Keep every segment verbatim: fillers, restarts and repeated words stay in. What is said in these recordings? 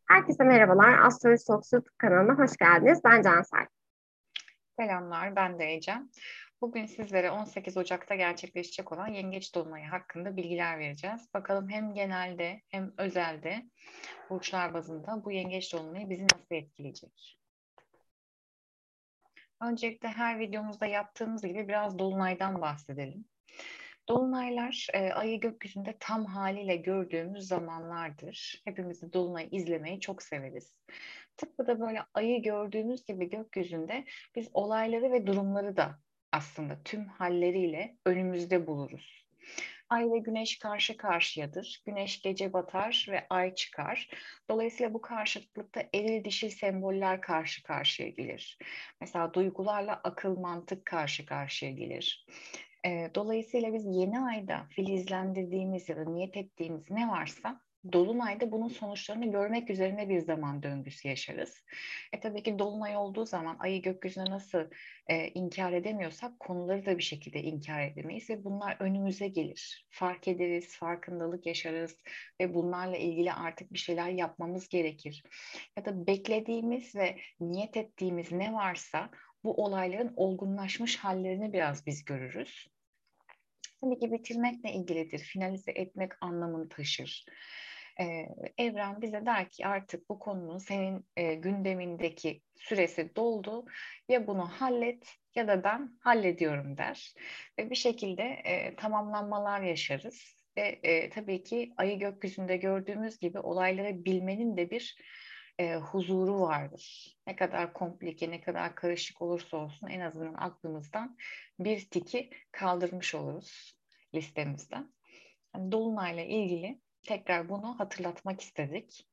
Herkese merhabalar. Astroloji Talks YouTube kanalına hoş geldiniz. Ben Cansel. Selamlar, ben de Ecem. Bugün sizlere on sekiz Ocak'ta gerçekleşecek olan Yengeç Dolunayı hakkında bilgiler vereceğiz. Bakalım hem genelde hem özelde burçlar bazında bu Yengeç Dolunayı bizi nasıl etkileyecek? Öncelikle her videomuzda yaptığımız gibi biraz Dolunay'dan bahsedelim. Dolunaylar e, ayı gökyüzünde tam haliyle gördüğümüz zamanlardır. Hepimiz de Dolunay'ı izlemeyi çok severiz. Tıpkı da böyle ayı gördüğümüz gibi gökyüzünde biz olayları ve durumları da aslında tüm halleriyle önümüzde buluruz. Ay ve güneş karşı karşıyadır. Güneş gece batar ve ay çıkar. Dolayısıyla bu karşıtlıkta eril dişil semboller karşı karşıya gelir. Mesela duygularla akıl mantık karşı karşıya gelir. E, dolayısıyla biz yeni ayda filizlendirdiğimiz ya da niyet ettiğimiz ne varsa Dolunay'da bunun sonuçlarını görmek üzerine bir zaman döngüsü yaşarız. E tabii ki Dolunay olduğu zaman ayı gökyüzüne nasıl e, inkar edemiyorsak konuları da bir şekilde inkar edemeyiz ve bunlar önümüze gelir. Fark ederiz, farkındalık yaşarız ve bunlarla ilgili artık bir şeyler yapmamız gerekir. Ya da beklediğimiz ve niyet ettiğimiz ne varsa bu olayların olgunlaşmış hallerini biraz biz görürüz. Tabii ki bitirmekle ilgilidir. Finalize etmek anlamını taşır. Ee, Evren bize der ki artık bu konunun senin e, gündemindeki süresi doldu. Ya bunu hallet ya da ben hallediyorum der. Ve bir şekilde e, tamamlanmalar yaşarız. Ve e, tabii ki ayı gökyüzünde gördüğümüz gibi olayları bilmenin de bir e, huzuru vardır. Ne kadar komplike, ne kadar karışık olursa olsun en azından aklımızdan bir tiki kaldırmış oluruz listemizden. Yani Dolunay'la ilgili tekrar bunu hatırlatmak istedik.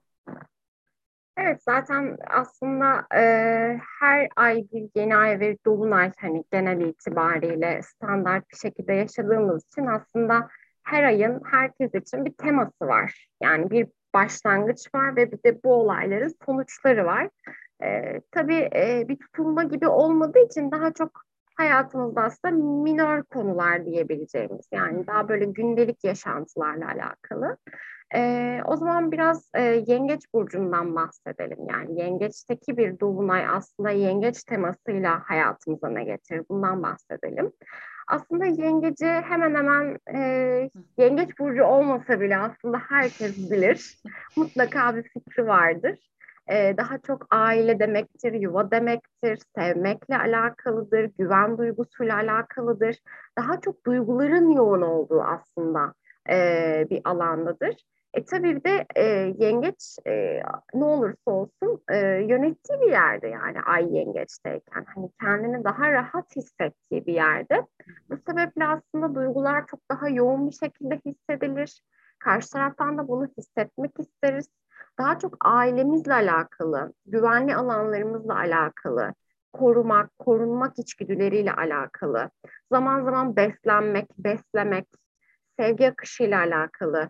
Evet, zaten aslında e, her ay bir yeni ay ve dolunay hani genel itibariyle standart bir şekilde yaşadığımız için aslında her ayın herkes için bir teması var. Yani bir başlangıç var ve bir de bu olayların sonuçları var. E, tabii e, bir tutulma gibi olmadığı için daha çok hayatımızda aslında minör konular diyebileceğimiz Hı yani hı. daha böyle gündelik yaşantılarla alakalı. Ee, o zaman biraz e, Yengeç burcundan bahsedelim. Yani Yengeç'teki bir dolunay aslında Yengeç temasıyla hayatımıza ne getirir? Bundan bahsedelim. Aslında Yengeci hemen hemen e, Yengeç burcu olmasa bile aslında herkes bilir. Mutlaka bir fikri vardır. Ee, daha çok aile demektir, yuva demektir, sevmekle alakalıdır, güven duygusuyla alakalıdır. Daha çok duyguların yoğun olduğu aslında e, bir alandadır. E tabii bir de e, yengeç e, ne olursa olsun e, yönettiği bir yerde yani ay yengeçteyken hani kendini daha rahat hissettiği bir yerde. Bu sebeple aslında duygular çok daha yoğun bir şekilde hissedilir. Karşı taraftan da bunu hissetmek isteriz. Daha çok ailemizle alakalı, güvenli alanlarımızla alakalı, korumak, korunmak içgüdüleriyle alakalı. Zaman zaman beslenmek, beslemek, sevgi akışıyla alakalı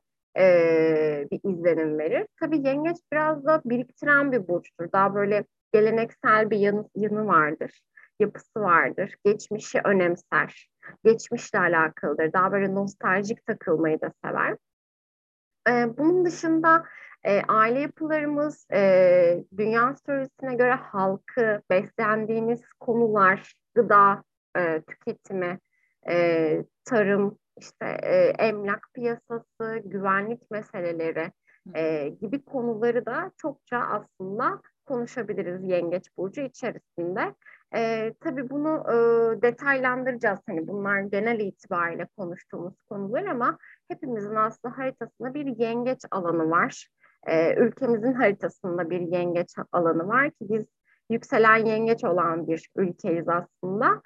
e, bir izlenim verir. Tabii yengeç biraz da biriktiren bir burçtur. Daha böyle geleneksel bir yanı, yanı vardır. Yapısı vardır. Geçmişi önemser. Geçmişle alakalıdır. Daha böyle nostaljik takılmayı da sever. E, bunun dışında e, aile yapılarımız, e, dünya astrolojisine göre halkı, beslendiğimiz konular, gıda e, tüketimi, e, tarım, işte e, emlak piyasası, güvenlik meseleleri e, gibi konuları da çokça aslında konuşabiliriz Yengeç Burcu içerisinde. E, tabii bunu e, detaylandıracağız. Hani bunlar genel itibariyle konuştuğumuz konular ama hepimizin aslında haritasında bir yengeç alanı var. Ee, ülkemizin haritasında bir yengeç alanı var ki biz yükselen yengeç olan bir ülkeyiz aslında.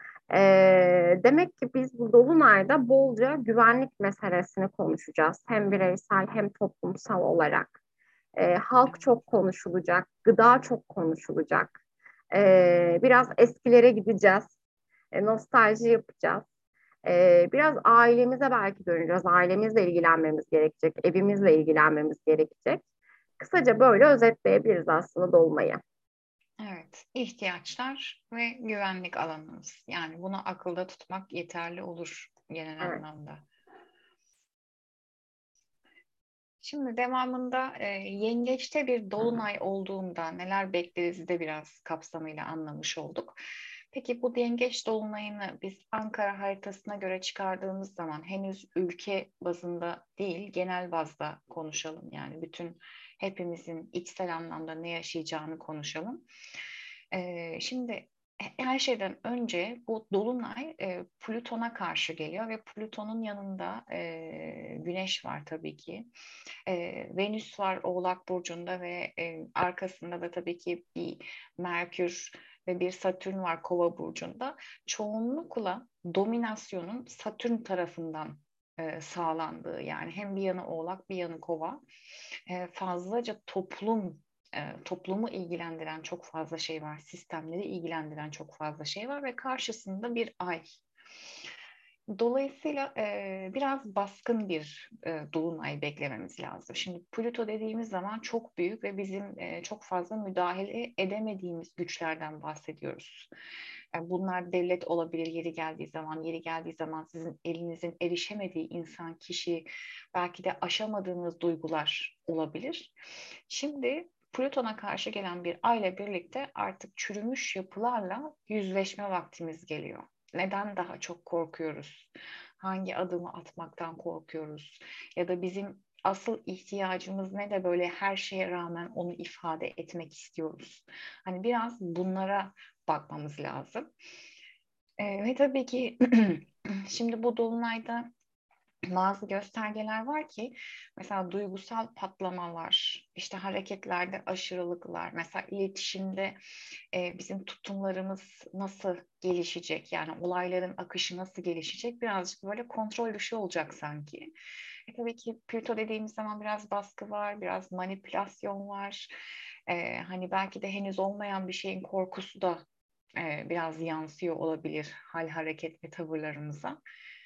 Ee, demek ki biz bu Dolunay'da bolca güvenlik meselesini konuşacağız. Hem bireysel hem toplumsal olarak. Ee, halk çok konuşulacak, gıda çok konuşulacak. Ee, biraz eskilere gideceğiz, e, nostalji yapacağız. Ee, biraz ailemize belki döneceğiz. Ailemizle ilgilenmemiz gerekecek. Evimizle ilgilenmemiz gerekecek. Kısaca böyle özetleyebiliriz aslında dolmayı. Evet, ihtiyaçlar ve güvenlik alanımız. Yani bunu akılda tutmak yeterli olur genel Evet. anlamda. Şimdi devamında e, yengeçte bir dolunay olduğunda neler bekleriz de biraz kapsamıyla anlamış olduk. Peki bu yengeç dolunayını biz Ankara haritasına göre çıkardığımız zaman henüz ülke bazında değil, genel bazda konuşalım. Yani bütün hepimizin içsel anlamda ne yaşayacağını konuşalım. E, şimdi her şeyden önce bu dolunay e, Plüton'a karşı geliyor ve Plüton'un yanında e, Güneş var tabii ki. E, Venüs var Oğlak Burcu'nda ve e, arkasında da tabii ki bir Merkür ve bir Satürn var Kova Burcu'nda. Çoğunlukla dominasyonun Satürn tarafından e, sağlandığı, yani hem bir yanı Oğlak bir yanı Kova, e, fazlaca toplum e, toplumu ilgilendiren çok fazla şey var. Sistemleri ilgilendiren çok fazla şey var ve karşısında bir ay. Dolayısıyla e, biraz baskın bir e, dolunay beklememiz lazım. Şimdi Plüto dediğimiz zaman çok büyük ve bizim e, çok fazla müdahale edemediğimiz güçlerden bahsediyoruz. Yani bunlar devlet olabilir yeri geldiği zaman, yeri geldiği zaman sizin elinizin erişemediği insan, kişi, belki de aşamadığınız duygular olabilir. Şimdi Plüton'a karşı gelen bir ayla birlikte artık çürümüş yapılarla yüzleşme vaktimiz geliyor. Neden daha çok korkuyoruz? Hangi adımı atmaktan korkuyoruz? Ya da bizim asıl ihtiyacımız ne de böyle her şeye rağmen onu ifade etmek istiyoruz. Hani biraz bunlara bakmamız lazım. Ee, ve tabii ki şimdi bu dolunayda bazı göstergeler var ki mesela duygusal patlamalar, işte hareketlerde aşırılıklar, mesela iletişimde e, bizim tutumlarımız nasıl gelişecek, yani olayların akışı nasıl gelişecek, birazcık böyle kontrol dışı olacak sanki. E, tabii ki Plüto dediğimiz zaman biraz baskı var, biraz manipülasyon var. E, hani belki de henüz olmayan bir şeyin korkusu da e, biraz yansıyor olabilir hal, hareket ve tavırlarımıza.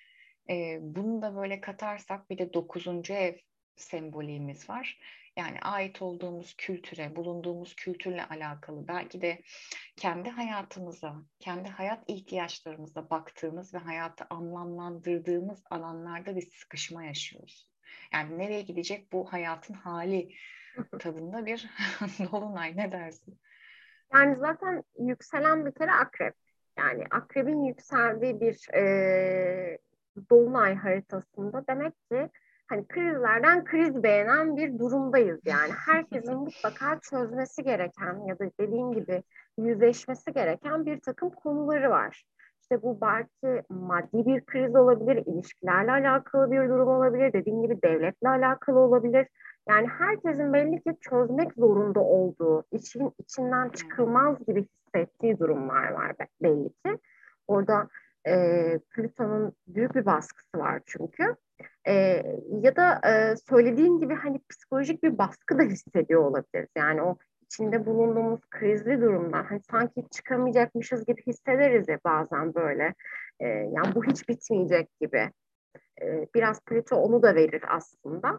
E, bunu da böyle katarsak bir de dokuzuncu ev sembolimiz var. Yani ait olduğumuz kültüre, bulunduğumuz kültürle alakalı, belki de kendi hayatımıza, kendi hayat ihtiyaçlarımıza baktığımız ve hayatı anlamlandırdığımız alanlarda bir sıkışma yaşıyoruz. Yani nereye gidecek bu hayatın hali tadında bir dolunay, ne dersin? Yani zaten yükselen bir kere akrep. Yani akrebin yükseldiği bir e, dolunay haritasında demek ki hani krizlerden kriz beğenen bir durumdayız yani. Herkesin mutlaka çözmesi gereken ya da dediğim gibi yüzleşmesi gereken bir takım konuları var. İşte bu belki maddi bir kriz olabilir, ilişkilerle alakalı bir durum olabilir, dediğim gibi devletle alakalı olabilir. Yani herkesin belli ki çözmek zorunda olduğu, için, içinden çıkılmaz gibi hissettiği durumlar var belli ki. Orada e, Plüton'un büyük bir baskısı var çünkü. E, ya da e, söylediğin gibi hani psikolojik bir baskı da hissediyor olabiliriz. Yani o içinde bulunduğumuz krizli durumdan hani sanki hiç çıkamayacakmışız gibi hissederiz ya bazen böyle. E, yani bu hiç bitmeyecek gibi. E, biraz Plüto onu da verir aslında.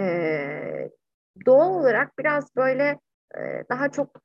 E, doğal olarak biraz böyle e, daha çok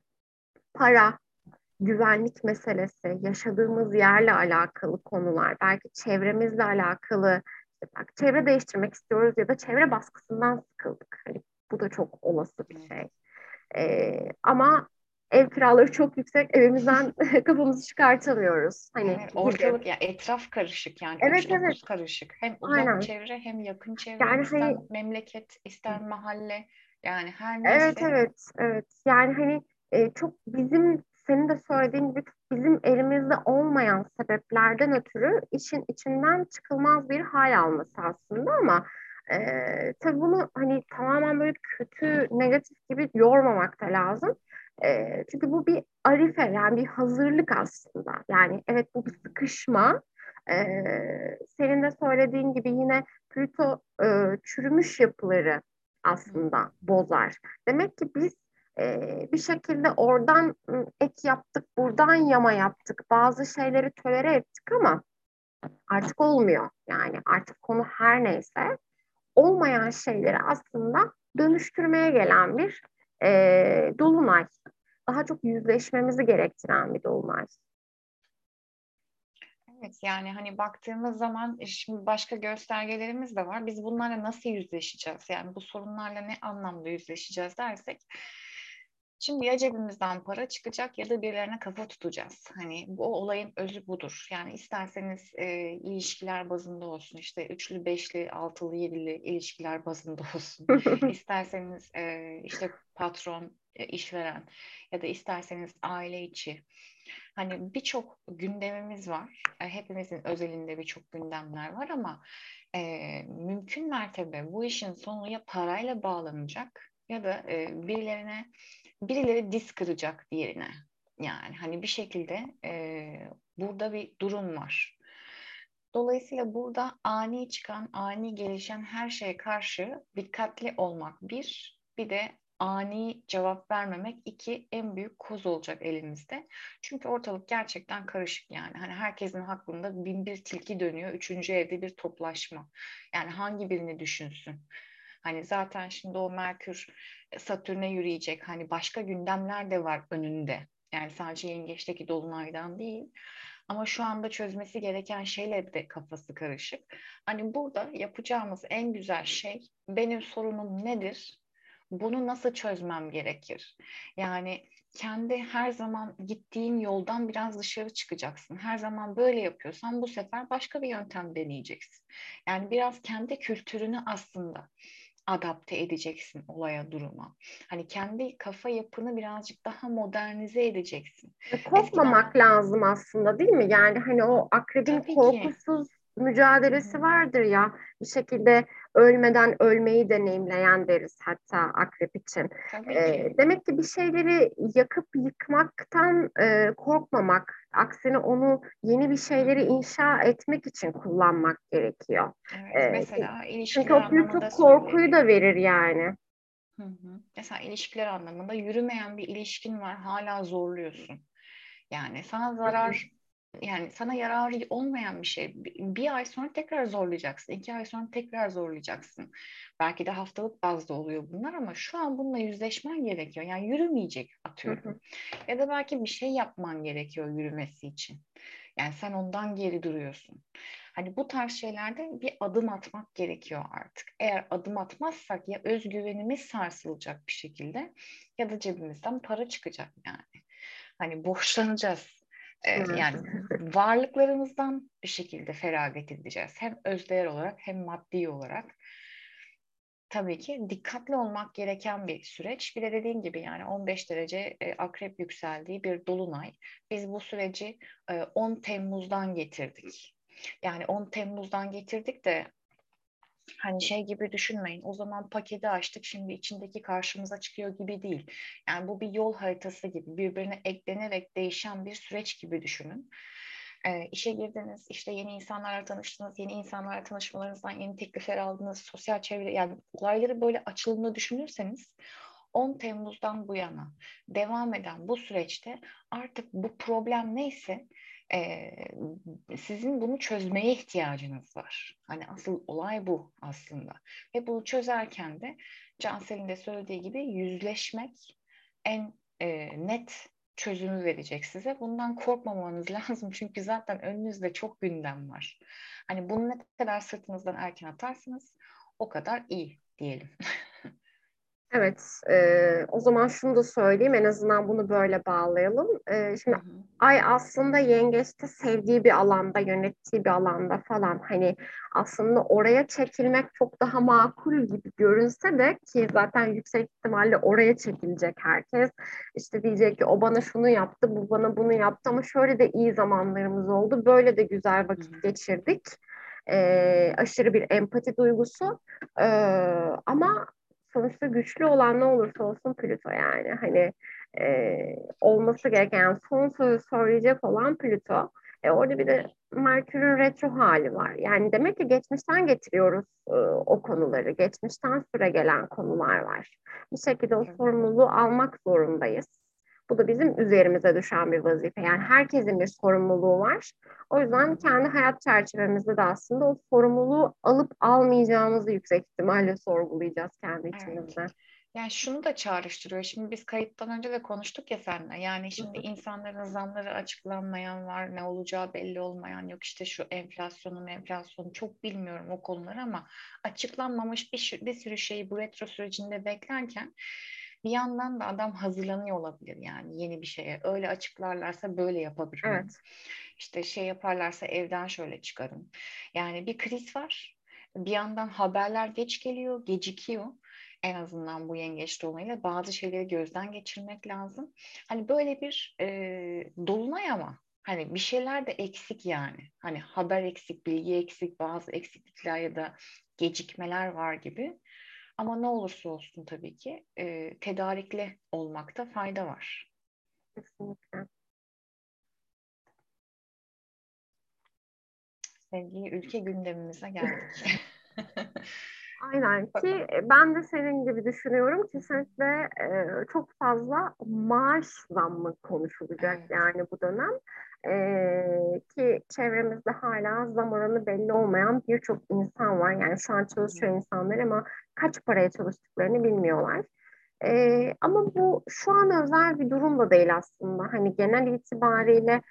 para, güvenlik meselesi, yaşadığımız yerle alakalı konular, belki çevremizle alakalı, işte bak çevre değiştirmek istiyoruz ya da çevre baskısından sıkıldık. Hani bu da çok olası bir şey. E, ama ev kiraları çok yüksek, evimizden kafamızı çıkartamıyoruz. Hani Evet, gibi. ortalık ya, etraf karışık, yani Evet üç evet, dokuz karışık. Hem uzak aynen. çevre hem yakın çevre, Yani ister hani memleket ister mahalle, yani her evet neyse. evet evet yani hani e, çok bizim senin de söylediğin gibi bizim elimizde olmayan sebeplerden ötürü işin içinden çıkılmaz bir hal alması aslında ama e, tabii bunu hani tamamen böyle kötü negatif gibi yormamak da lazım. E, çünkü bu bir arife yani bir hazırlık aslında yani evet bu bir sıkışma. E, senin de söylediğin gibi yine Plüto e, çürümüş yapıları aslında bozar. Demek ki biz e, bir şekilde oradan ı, ek yaptık, buradan yama yaptık, bazı şeyleri tolere ettik ama artık olmuyor. Yani artık konu her neyse olmayan şeyleri aslında dönüştürmeye gelen bir e, dolunay. Daha çok yüzleşmemizi gerektiren bir dolunay. Evet, yani hani baktığımız zaman e, şimdi başka göstergelerimiz de var. Biz bunlarla nasıl yüzleşeceğiz? Yani bu sorunlarla ne anlamda yüzleşeceğiz dersek, şimdi ya cebimizden para çıkacak ya da birilerine kafa tutacağız. Hani bu olayın özü budur. Yani isterseniz e, ilişkiler bazında olsun, işte üçlü, beşli, altılı, yedili ilişkiler bazında olsun. İsterseniz e, işte patron, e, işveren ya da isterseniz aile içi. Hani birçok gündemimiz var. E, Hepimizin özelinde birçok gündemler var ama e, mümkün mertebe bu işin sonu ya parayla bağlanacak ya da e, birilerine birileri diz kıracak diğerine. Yani hani bir şekilde e, burada bir durum var. Dolayısıyla burada ani çıkan, ani gelişen her şeye karşı dikkatli olmak bir, bir de ani cevap vermemek iki en büyük koz olacak elimizde. Çünkü ortalık gerçekten karışık yani. Hani herkesin hakkında bin bir tilki dönüyor, üçüncü evde bir toplaşma. Yani hangi birini düşünsün? Hani zaten şimdi o Merkür e, Satürn'e yürüyecek. Hani başka gündemler de var önünde. Yani sadece yengeçteki dolunaydan değil. Ama şu anda çözmesi gereken şeyle de kafası karışık. Hani burada yapacağımız en güzel şey, benim sorunum nedir? Bunu nasıl çözmem gerekir? Yani kendi her zaman gittiğin yoldan biraz dışarı çıkacaksın. Her zaman böyle yapıyorsan bu sefer başka bir yöntem deneyeceksin. Yani biraz kendi kültürünü aslında adapte edeceksin olaya, duruma. Hani kendi kafa yapını birazcık daha modernize edeceksin. Eskiden Korkmamak lazım aslında, değil mi? Yani hani o akrebin tabii ki. korkusuz Hı mücadelesi hı. vardır ya, bir şekilde ölmeden ölmeyi deneyimleyen deriz hatta akrep için. Tabii Ee, ki. demek ki bir şeyleri yakıp yıkmaktan e, korkmamak, aksine onu yeni bir Hı şeyleri hı. inşa etmek için kullanmak gerekiyor. Evet, Ee, mesela çünkü ilişkiler o Plüto anlamında korkuyu da söyleyebilirim. verir yani. Hı hı. Mesela ilişkiler anlamında yürümeyen bir ilişkin var, hala zorluyorsun. Yani sana Hı hı. zarar, yani sana yararı olmayan bir şey. Bir, bir ay sonra tekrar zorlayacaksın, iki ay sonra tekrar zorlayacaksın. Belki de haftalık bazda oluyor bunlar ama şu an bununla yüzleşmen gerekiyor. Yani yürümeyecek, Hı atıyorum. hı. Ya da belki bir şey yapman gerekiyor yürümesi için. Yani sen ondan geri duruyorsun. Hani bu tarz şeylerde bir adım atmak gerekiyor artık. Eğer adım atmazsak ya özgüvenimiz sarsılacak bir şekilde ya da cebimizden para çıkacak yani. Hani borçlanacağız. Ee, Evet. yani varlıklarımızdan bir şekilde feragat edeceğiz. Hem özdeğer olarak hem maddi olarak. Tabii ki dikkatli olmak gereken bir süreç. Bir de dediğim gibi yani on beş derece e, akrep yükseldiği bir dolunay. Biz bu süreci e, on Temmuz'dan getirdik. Yani on Temmuz'dan getirdik de hani şey gibi düşünmeyin. O zaman paketi açtık, şimdi içindeki karşımıza çıkıyor gibi değil. Yani bu bir yol haritası gibi, birbirine eklenerek değişen bir süreç gibi düşünün. E, işe girdiniz, işte yeni insanlarla tanıştınız, yeni insanlarla tanışmalarınızdan yeni teklifler aldınız, sosyal çevre, yani olayları böyle açılımda düşünürseniz on Temmuz'dan bu yana devam eden bu süreçte artık bu problem neyse e, sizin bunu çözmeye ihtiyacınız var. Hani asıl olay bu aslında. Ve bunu çözerken de Cansel'in de söylediği gibi yüzleşmek en e, net çözümü verecek size. Bundan korkmamanız lazım çünkü zaten önünüzde çok gündem var. Hani bunu ne kadar sırtınızdan erken atarsınız o kadar iyi diyelim. Evet, e, o zaman şunu da söyleyeyim, en azından bunu böyle bağlayalım. E, Hı şimdi hı. Ay aslında Yengeç'te sevdiği bir alanda, yönettiği bir alanda falan, hani aslında oraya çekilmek çok daha makul gibi görünse de, ki zaten yüksek ihtimalle oraya çekilecek herkes. İşte diyecek ki o bana şunu yaptı, bu bana bunu yaptı ama şöyle de iyi zamanlarımız oldu, böyle de güzel Hı vakit hı. geçirdik. E, aşırı bir empati duygusu. E, ama sonuçta güçlü olan ne olursa olsun Plüto yani. Hani e, olması gereken, yani son sözü söyleyecek olan Plüto. E, orada bir de Merkür'ün retro hali var. Yani demek ki geçmişten getiriyoruz e, o Hı hı. konuları. Geçmişten süre gelen konular var. Bir şekilde o Tabii. sorumluluğu almak zorundayız. Bu da bizim üzerimize düşen bir vazife. Yani herkesin bir sorumluluğu var. O Hı yüzden hı. kendi hayat çerçevemizde de aslında o sorumluluğu alıp almayacağımızı yüksek ihtimalle sorgulayacağız kendi Evet. içimizde. Yani şunu da çağrıştırıyor. Şimdi biz kayıttan önce de konuştuk ya seninle. Yani şimdi insanların zamları açıklanmayan var, ne olacağı belli olmayan, yok işte şu enflasyonu, enflasyonu çok bilmiyorum o konuları, ama açıklanmamış bir, şu- bir sürü şeyi bu retro sürecinde beklerken bir yandan da adam hazırlanıyor olabilir yani yeni bir şeye. Öyle açıklarlarsa böyle yapabilirim. Evet. İşte şey yaparlarsa evden şöyle çıkarım. Yani bir kriz var. Bir yandan haberler geç geliyor, gecikiyor. En azından bu yengeç dolunayıyla bazı şeyleri gözden geçirmek lazım. Hani böyle bir e, dolunay, ama hani bir şeyler de eksik yani. Hani haber eksik, bilgi eksik, bazı eksiklikler ya da gecikmeler var gibi. Ama ne olursa olsun tabii ki e, tedarikli olmakta fayda var. Kesinlikle. Sevgili ülke gündemimize geldik. Aynen ki e, ben de senin gibi düşünüyorum. Kesinlikle e, çok fazla maaş zammı konuşulacak Evet. yani bu dönem. E, ki çevremizde hala zam oranı belli olmayan birçok insan var. Yani şu an Hı hı. çalışıyor insanlar ama kaç paraya çalıştıklarını bilmiyorlar. E, ama bu şu an özel bir durum da değil aslında. Hani genel Hı hı. itibariyle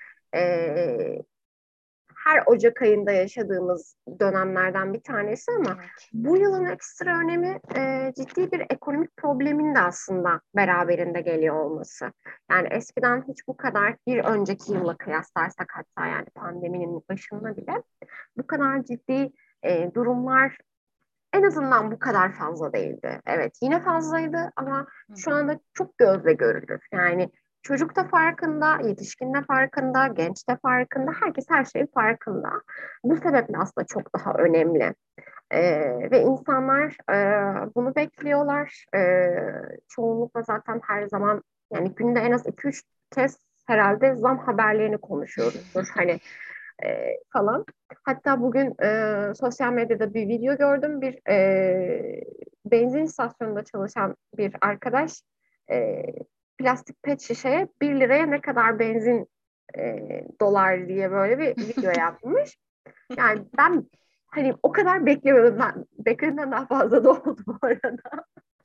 e, her Ocak ayında yaşadığımız dönemlerden bir tanesi ama Evet. bu yılın ekstra önemi e, ciddi bir ekonomik problemin de aslında beraberinde geliyor olması. Yani eskiden hiç bu kadar bir önceki yılla kıyaslarsak hatta yani pandeminin başında bile bu kadar ciddi e, durumlar en azından bu kadar fazla değildi. Evet yine fazlaydı ama Hı şu hı. anda çok gözle görülür. Yani çocuk da farkında, yetişkin de farkında, genç de Hı farkında, hı. herkes her şeyin farkında. Bu sebeple aslında çok daha önemli. Ee, ve insanlar e, bunu bekliyorlar. Ee, çoğunlukla zaten her zaman yani günde en az iki üç kez herhalde zam haberlerini konuşuyoruzdur. Hani e, falan. Hatta bugün e, sosyal medyada bir video gördüm. Bir e, benzin istasyonunda çalışan bir arkadaş e, plastik pet şişeye bir liraya ne kadar benzin e, dolar diye böyle bir video yapmış. Yani ben hani o kadar beklemiyordum. Ben beklediğimden daha fazla da oldu bu arada.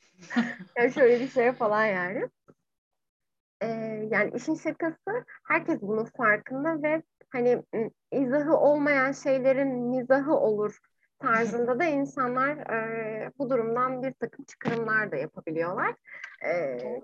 Yani şöyle bir şey falan yani. Ee, yani işin şakası herkes bunun farkında ve hani m, izahı olmayan şeylerin mizahı olur tarzında da insanlar e, bu durumdan bir takım çıkarımlar da yapabiliyorlar. Ee, Doğru.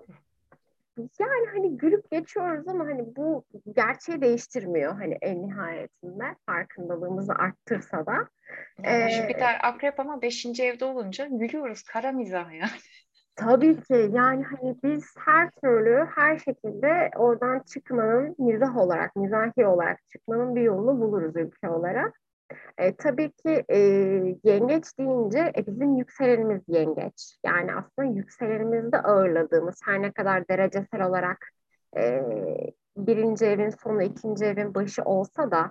yani hani gülüp geçiyoruz ama hani bu gerçeği değiştirmiyor hani en nihayetinde farkındalığımızı arttırsa da. Yani Ee, Jüpiter akrep ama beşinci evde olunca gülüyoruz. Kara mizah yani. Tabii ki yani hani biz her türlü her şekilde oradan çıkmanın mizah olarak, mizahi olarak çıkmanın bir yolunu buluruz ülke olarak. E, tabii ki e, yengeç deyince e, bizim yükselenimiz yengeç. Yani aslında yükselenimizde ağırladığımız her ne kadar derecesel olarak e, birinci evin sonu, ikinci evin başı olsa da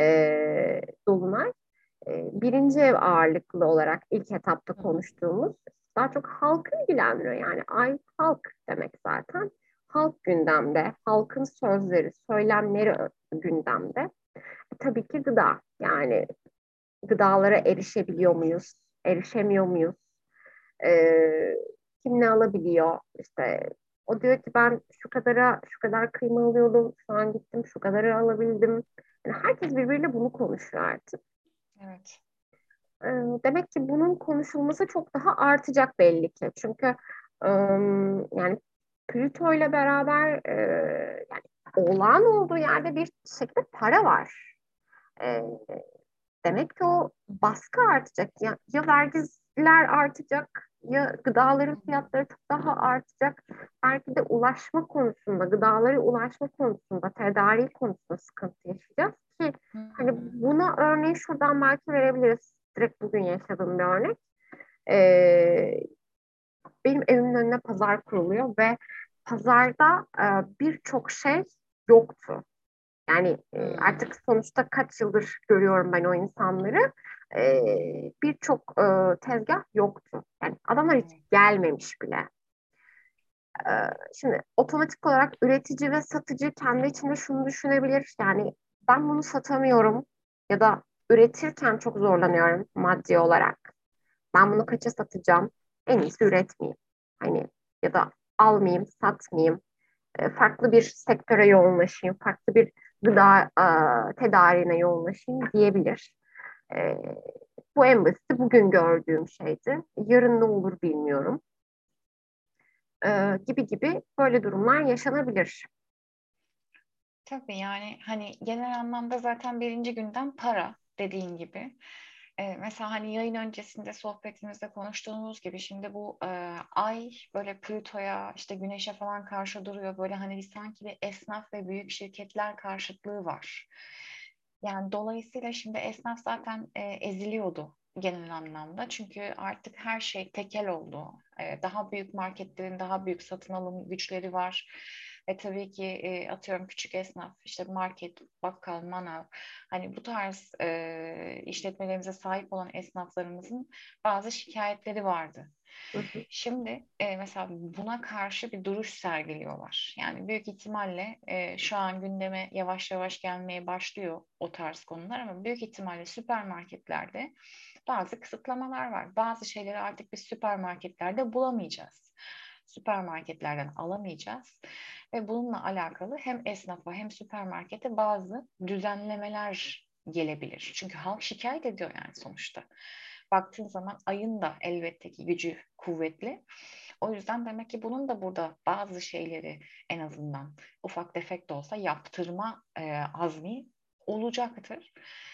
e, Dolunay e, birinci ev ağırlıklı olarak ilk etapta Hı hı. konuştuğumuz daha çok halkı ilgilendiriyor. Yani ay halk demek zaten. Halk gündemde, halkın sözleri, söylemleri gündemde. E, tabii ki gıda. Yani gıdalara erişebiliyor muyuz? Erişemiyor muyuz? Ee, kim ne alabiliyor? İşte o diyor ki ben şu kadara şu kadar kıyma alıyordum. Şu an gittim şu kadarı alabildim. Yani herkes birbiriyle bunu konuşuyor artık. Evet. Ee, demek ki bunun konuşulması çok daha artacak belli ki. Çünkü ım, yani Plüto ile beraber e, yani olağan olduğu yerde bir şekilde para var. E, demek ki o baskı artacak. Ya, ya vergiler artacak ya Hı gıdaların hı. fiyatları çok daha artacak. Belki de ulaşma konusunda, gıdalara ulaşma konusunda, tedarik konusunda sıkıntı yaşayacağız ki Hı hani hı. buna örneği şuradan belki verebiliriz. Direkt bugün yaşadığım bir örnek. Ee, benim evimin önüne pazar kuruluyor ve pazarda e, birçok şey yoktu. Yani e, Hı. artık sonuçta kaç yıldır görüyorum ben o insanları. E, birçok e, tezgah yoktu. Yani adamlar hiç Evet. gelmemiş bile. E, şimdi otomatik olarak üretici ve satıcı kendi içinde şunu düşünebilir. Yani ben bunu satamıyorum ya da üretirken çok zorlanıyorum maddi olarak. Ben bunu kaça satacağım? En iyisi üretmeyeyim. Hani ya da almayayım, satmayayım, e, farklı bir sektöre yoğunlaşayım, farklı bir gıda e, tedariğine yoğunlaşayım diyebilir. E, Bu en basiti bugün gördüğüm şeydi. Yarın ne olur bilmiyorum. E, gibi gibi böyle durumlar yaşanabilir. Tabii yani hani genel anlamda zaten birinci günden para dediğin gibi. Ee, mesela hani yayın öncesinde sohbetimizde konuştuğumuz gibi şimdi bu e, ay böyle Plüto'ya işte Güneş'e falan karşı duruyor. Böyle hani bir sanki bir esnaf ve büyük şirketler karşıtlığı var. Yani dolayısıyla şimdi esnaf zaten e, eziliyordu genel anlamda. Çünkü artık her şey tekel oldu. E, daha büyük marketlerin daha büyük satın alım güçleri var. Ve tabii ki e, atıyorum küçük esnaf, işte market, bakkal, manav, hani bu tarz e, işletmelerimize sahip olan esnaflarımızın bazı şikayetleri vardı. Hı hı. Şimdi e, mesela buna karşı bir duruş sergiliyorlar. Yani büyük ihtimalle e, şu an gündeme yavaş yavaş gelmeye başlıyor o tarz konular ama büyük ihtimalle süpermarketlerde bazı kısıtlamalar var. Bazı şeyleri artık biz süpermarketlerde bulamayacağız. Süpermarketlerden alamayacağız ve bununla alakalı hem esnafa hem süpermarkete bazı düzenlemeler gelebilir. Çünkü halk şikayet ediyor yani sonuçta. Baktığın zaman ayın da elbette ki gücü kuvvetli. O yüzden demek ki bunun da burada bazı şeyleri en azından ufak tefek de olsa yaptırma e, azmi olacaktır.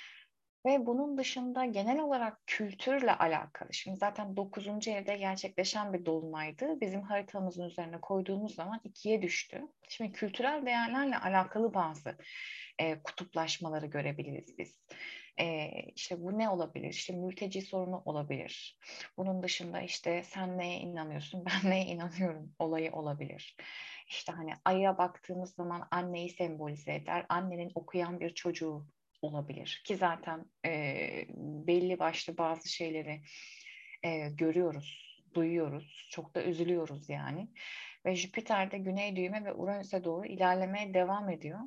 Ve bunun dışında genel olarak kültürle alakalı. Şimdi zaten dokuzuncu evde gerçekleşen bir dolunaydı. Bizim haritamızın üzerine koyduğumuz zaman ikiye düştü. Şimdi kültürel değerlerle alakalı bazı e, kutuplaşmaları görebiliriz biz. E, işte bu ne olabilir? İşte mülteci sorunu olabilir. Bunun dışında işte sen neye inanıyorsun, ben neye inanıyorum olayı olabilir. İşte hani aya baktığımız zaman anneyi sembolize eder. Annenin okuyan bir çocuğu olabilir. Ki zaten e, belli başlı bazı şeyleri e, görüyoruz, duyuyoruz. Çok da üzülüyoruz yani. Ve Jüpiter'de güney düğme ve Uranüs'e doğru ilerlemeye devam ediyor.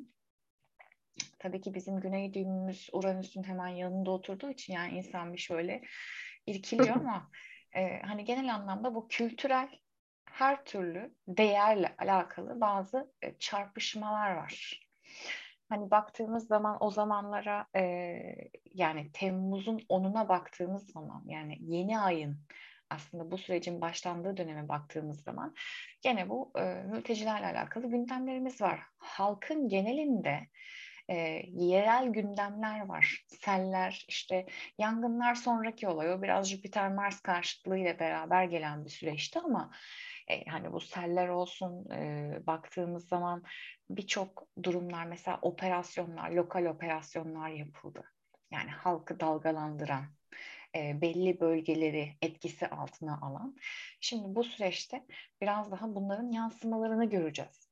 Tabii ki bizim güney düğümümüz Uranüs'ün hemen yanında oturduğu için yani insan bir şöyle irkiliyor ama e, hani genel anlamda bu kültürel her türlü değerle alakalı bazı e, çarpışmalar var. Hani baktığımız zaman o zamanlara e, yani Temmuz'un onuna baktığımız zaman yani yeni ayın aslında bu sürecin başlandığı döneme baktığımız zaman gene bu e, mültecilerle alakalı gündemlerimiz var. Halkın genelinde e, yerel gündemler var. Seller, işte yangınlar sonraki olay. O biraz Jüpiter-Mars karşıtlığıyla beraber gelen bir süreçti ama e, hani bu seller olsun e, baktığımız zaman birçok durumlar mesela operasyonlar, lokal operasyonlar yapıldı. Yani halkı dalgalandıran, e, belli bölgeleri etkisi altına alan. Şimdi bu süreçte biraz daha bunların yansımalarını göreceğiz.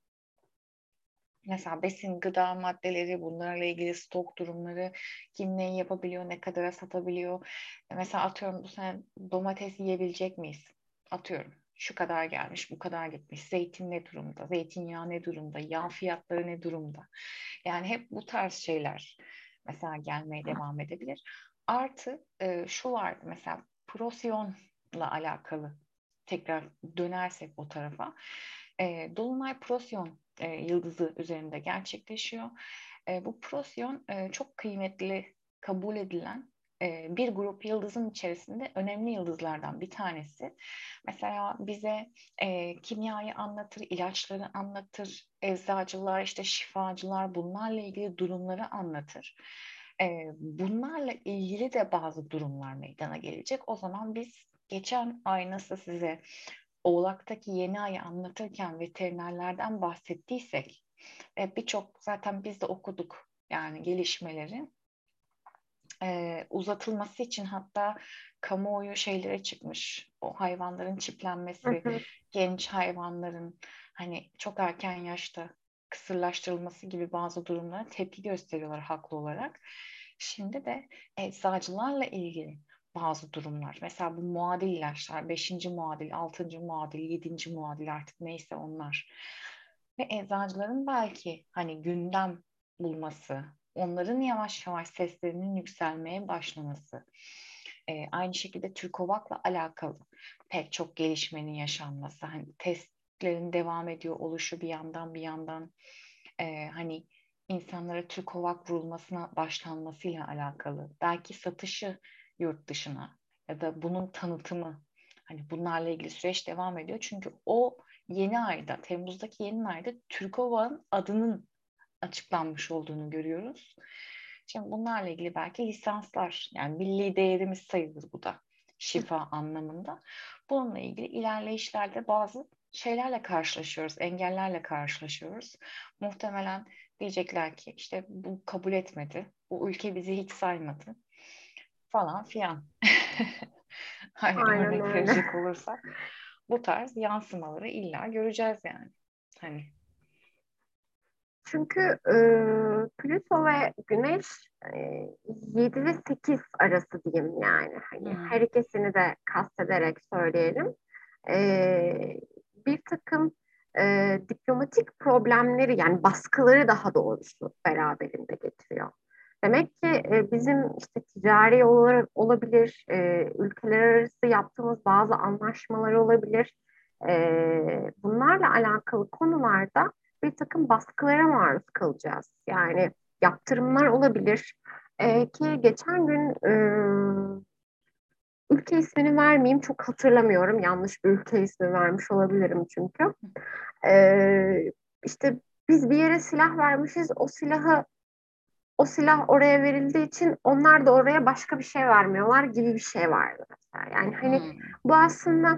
Mesela besin, gıda maddeleri, bunlarla ilgili stok durumları, kim neyi yapabiliyor, ne kadara satabiliyor. Mesela atıyorum bu sene domates yiyebilecek miyiz? Atıyorum şu kadar gelmiş, bu kadar gitmiş. Zeytin ne durumda? Zeytinyağı ne durumda? Yağ fiyatları ne durumda? Yani hep bu tarz şeyler mesela gelmeye devam edebilir. Artı e, şu vardı mesela Prosyon'la alakalı tekrar dönersek o tarafa. E, Dolunay Prosyon e, yıldızı üzerinde gerçekleşiyor. E, bu Prosyon e, çok kıymetli kabul edilen e, bir grup yıldızın içerisinde önemli yıldızlardan bir tanesi. Mesela bize e, kimyayı anlatır, ilaçları anlatır, eczacılar, işte şifacılar bunlarla ilgili durumları anlatır. E, bunlarla ilgili de bazı durumlar meydana gelecek. O zaman biz geçen ay nasıl size Oğlak'taki yeni ayı anlatırken veterinerlerden bahsettiysek e, birçok zaten biz de okuduk yani gelişmeleri e, uzatılması için hatta kamuoyu şeylere çıkmış. O hayvanların Hı çiplenmesi, hı. genç hayvanların hani çok erken yaşta kısırlaştırılması gibi bazı durumlara tepki gösteriyorlar haklı olarak. Şimdi de eczacılarla ilgili bazı durumlar. Mesela bu muadil ilaçlar, beşinci muadil, altıncı muadil, yedinci muadil artık neyse onlar. Ve eczacıların belki hani gündem bulması, onların yavaş yavaş seslerinin yükselmeye başlaması. E, aynı şekilde Türkovak'la alakalı pek çok gelişmenin yaşanması, hani testlerin devam ediyor oluşu bir yandan bir yandan e, hani insanlara Türkovak vurulmasına başlanmasıyla alakalı, belki satışı yurt dışına ya da bunun tanıtımı, hani bunlarla ilgili süreç devam ediyor. Çünkü o yeni ayda, Temmuz'daki yeni ayda Türkovak'ın adının açıklanmış olduğunu görüyoruz. Şimdi bunlarla ilgili belki lisanslar, yani milli değerimiz sayılır bu da şifa anlamında. Bununla ilgili ilerleyişlerde bazı şeylerle karşılaşıyoruz, engellerle karşılaşıyoruz. Muhtemelen diyecekler ki işte bu kabul etmedi, bu ülke bizi hiç saymadı falan filan. Hani Aynen örnek öyle. verecek olursak bu tarz yansımaları illa göreceğiz yani. Hani. Çünkü e, Plüto ve Güneş e, yedi ve sekiz arası diyeyim yani. Hani her Hmm. ikisini de kastederek söyleyelim. E, bir takım e, diplomatik problemleri yani baskıları daha doğrusu beraberinde getiriyor. Demek ki e, bizim işte ticari olarak olabilir, e, ülkeler arası yaptığımız bazı anlaşmalar olabilir. E, bunlarla alakalı konularda bir takım baskılara maruz kalacağız. Yani yaptırımlar olabilir. Ee, ki geçen gün e, ülke ismini vermeyeyim çok hatırlamıyorum. Yanlış bir ülke ismi vermiş olabilirim çünkü. Ee, işte biz bir yere silah vermişiz. O silahı o silah oraya verildiği için onlar da oraya başka bir şey vermiyorlar gibi bir şey vardı mesela. Yani hani Hmm. bu aslında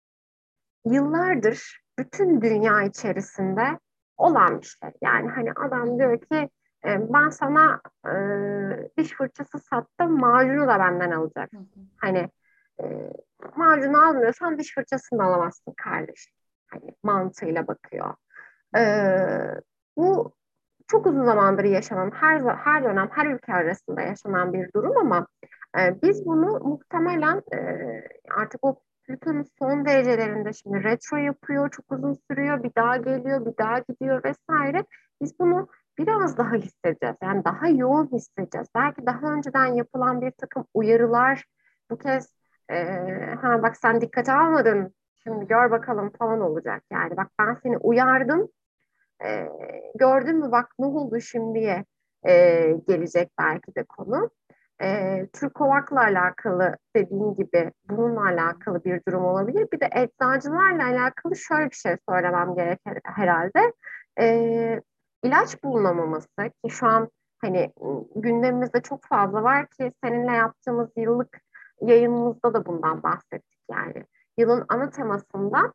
yıllardır bütün dünya içerisinde olan bir şey. Yani hani Hı adam hı. diyor ki e, ben sana e, diş fırçası sattım, macunu da benden Hı alacaksın. hı. Hani e, macunu almıyorsan diş fırçasını da alamazsın kardeşim. Hani mantığıyla bakıyor. E, bu çok uzun zamandır yaşanan, her her dönem, her ülke arasında yaşanan bir durum ama e, biz bunu muhtemelen e, artık o Plüton'un son derecelerinde şimdi retro yapıyor, çok uzun sürüyor, bir daha geliyor, bir daha gidiyor vesaire. Biz bunu biraz daha hissedeceğiz. Yani daha yoğun hissedeceğiz. Belki daha önceden yapılan bir takım uyarılar bu kez e, ha bak sen dikkate almadın, Hı şimdi hı. gör bakalım falan olacak. Yani bak ben seni uyardım, e, gördün mü bak ne oldu şimdiye e, gelecek belki de konu. E, Türk Ovak'la alakalı dediğin gibi bununla Hı hı. alakalı bir durum olabilir. Bir de eczacılarla alakalı şöyle bir şey söylemem gerekir herhalde. E, ilaç bulunamaması ki şu an hani gündemimizde çok fazla var ki seninle yaptığımız yıllık yayınımızda da bundan bahsettik yani. Yılın ana temasında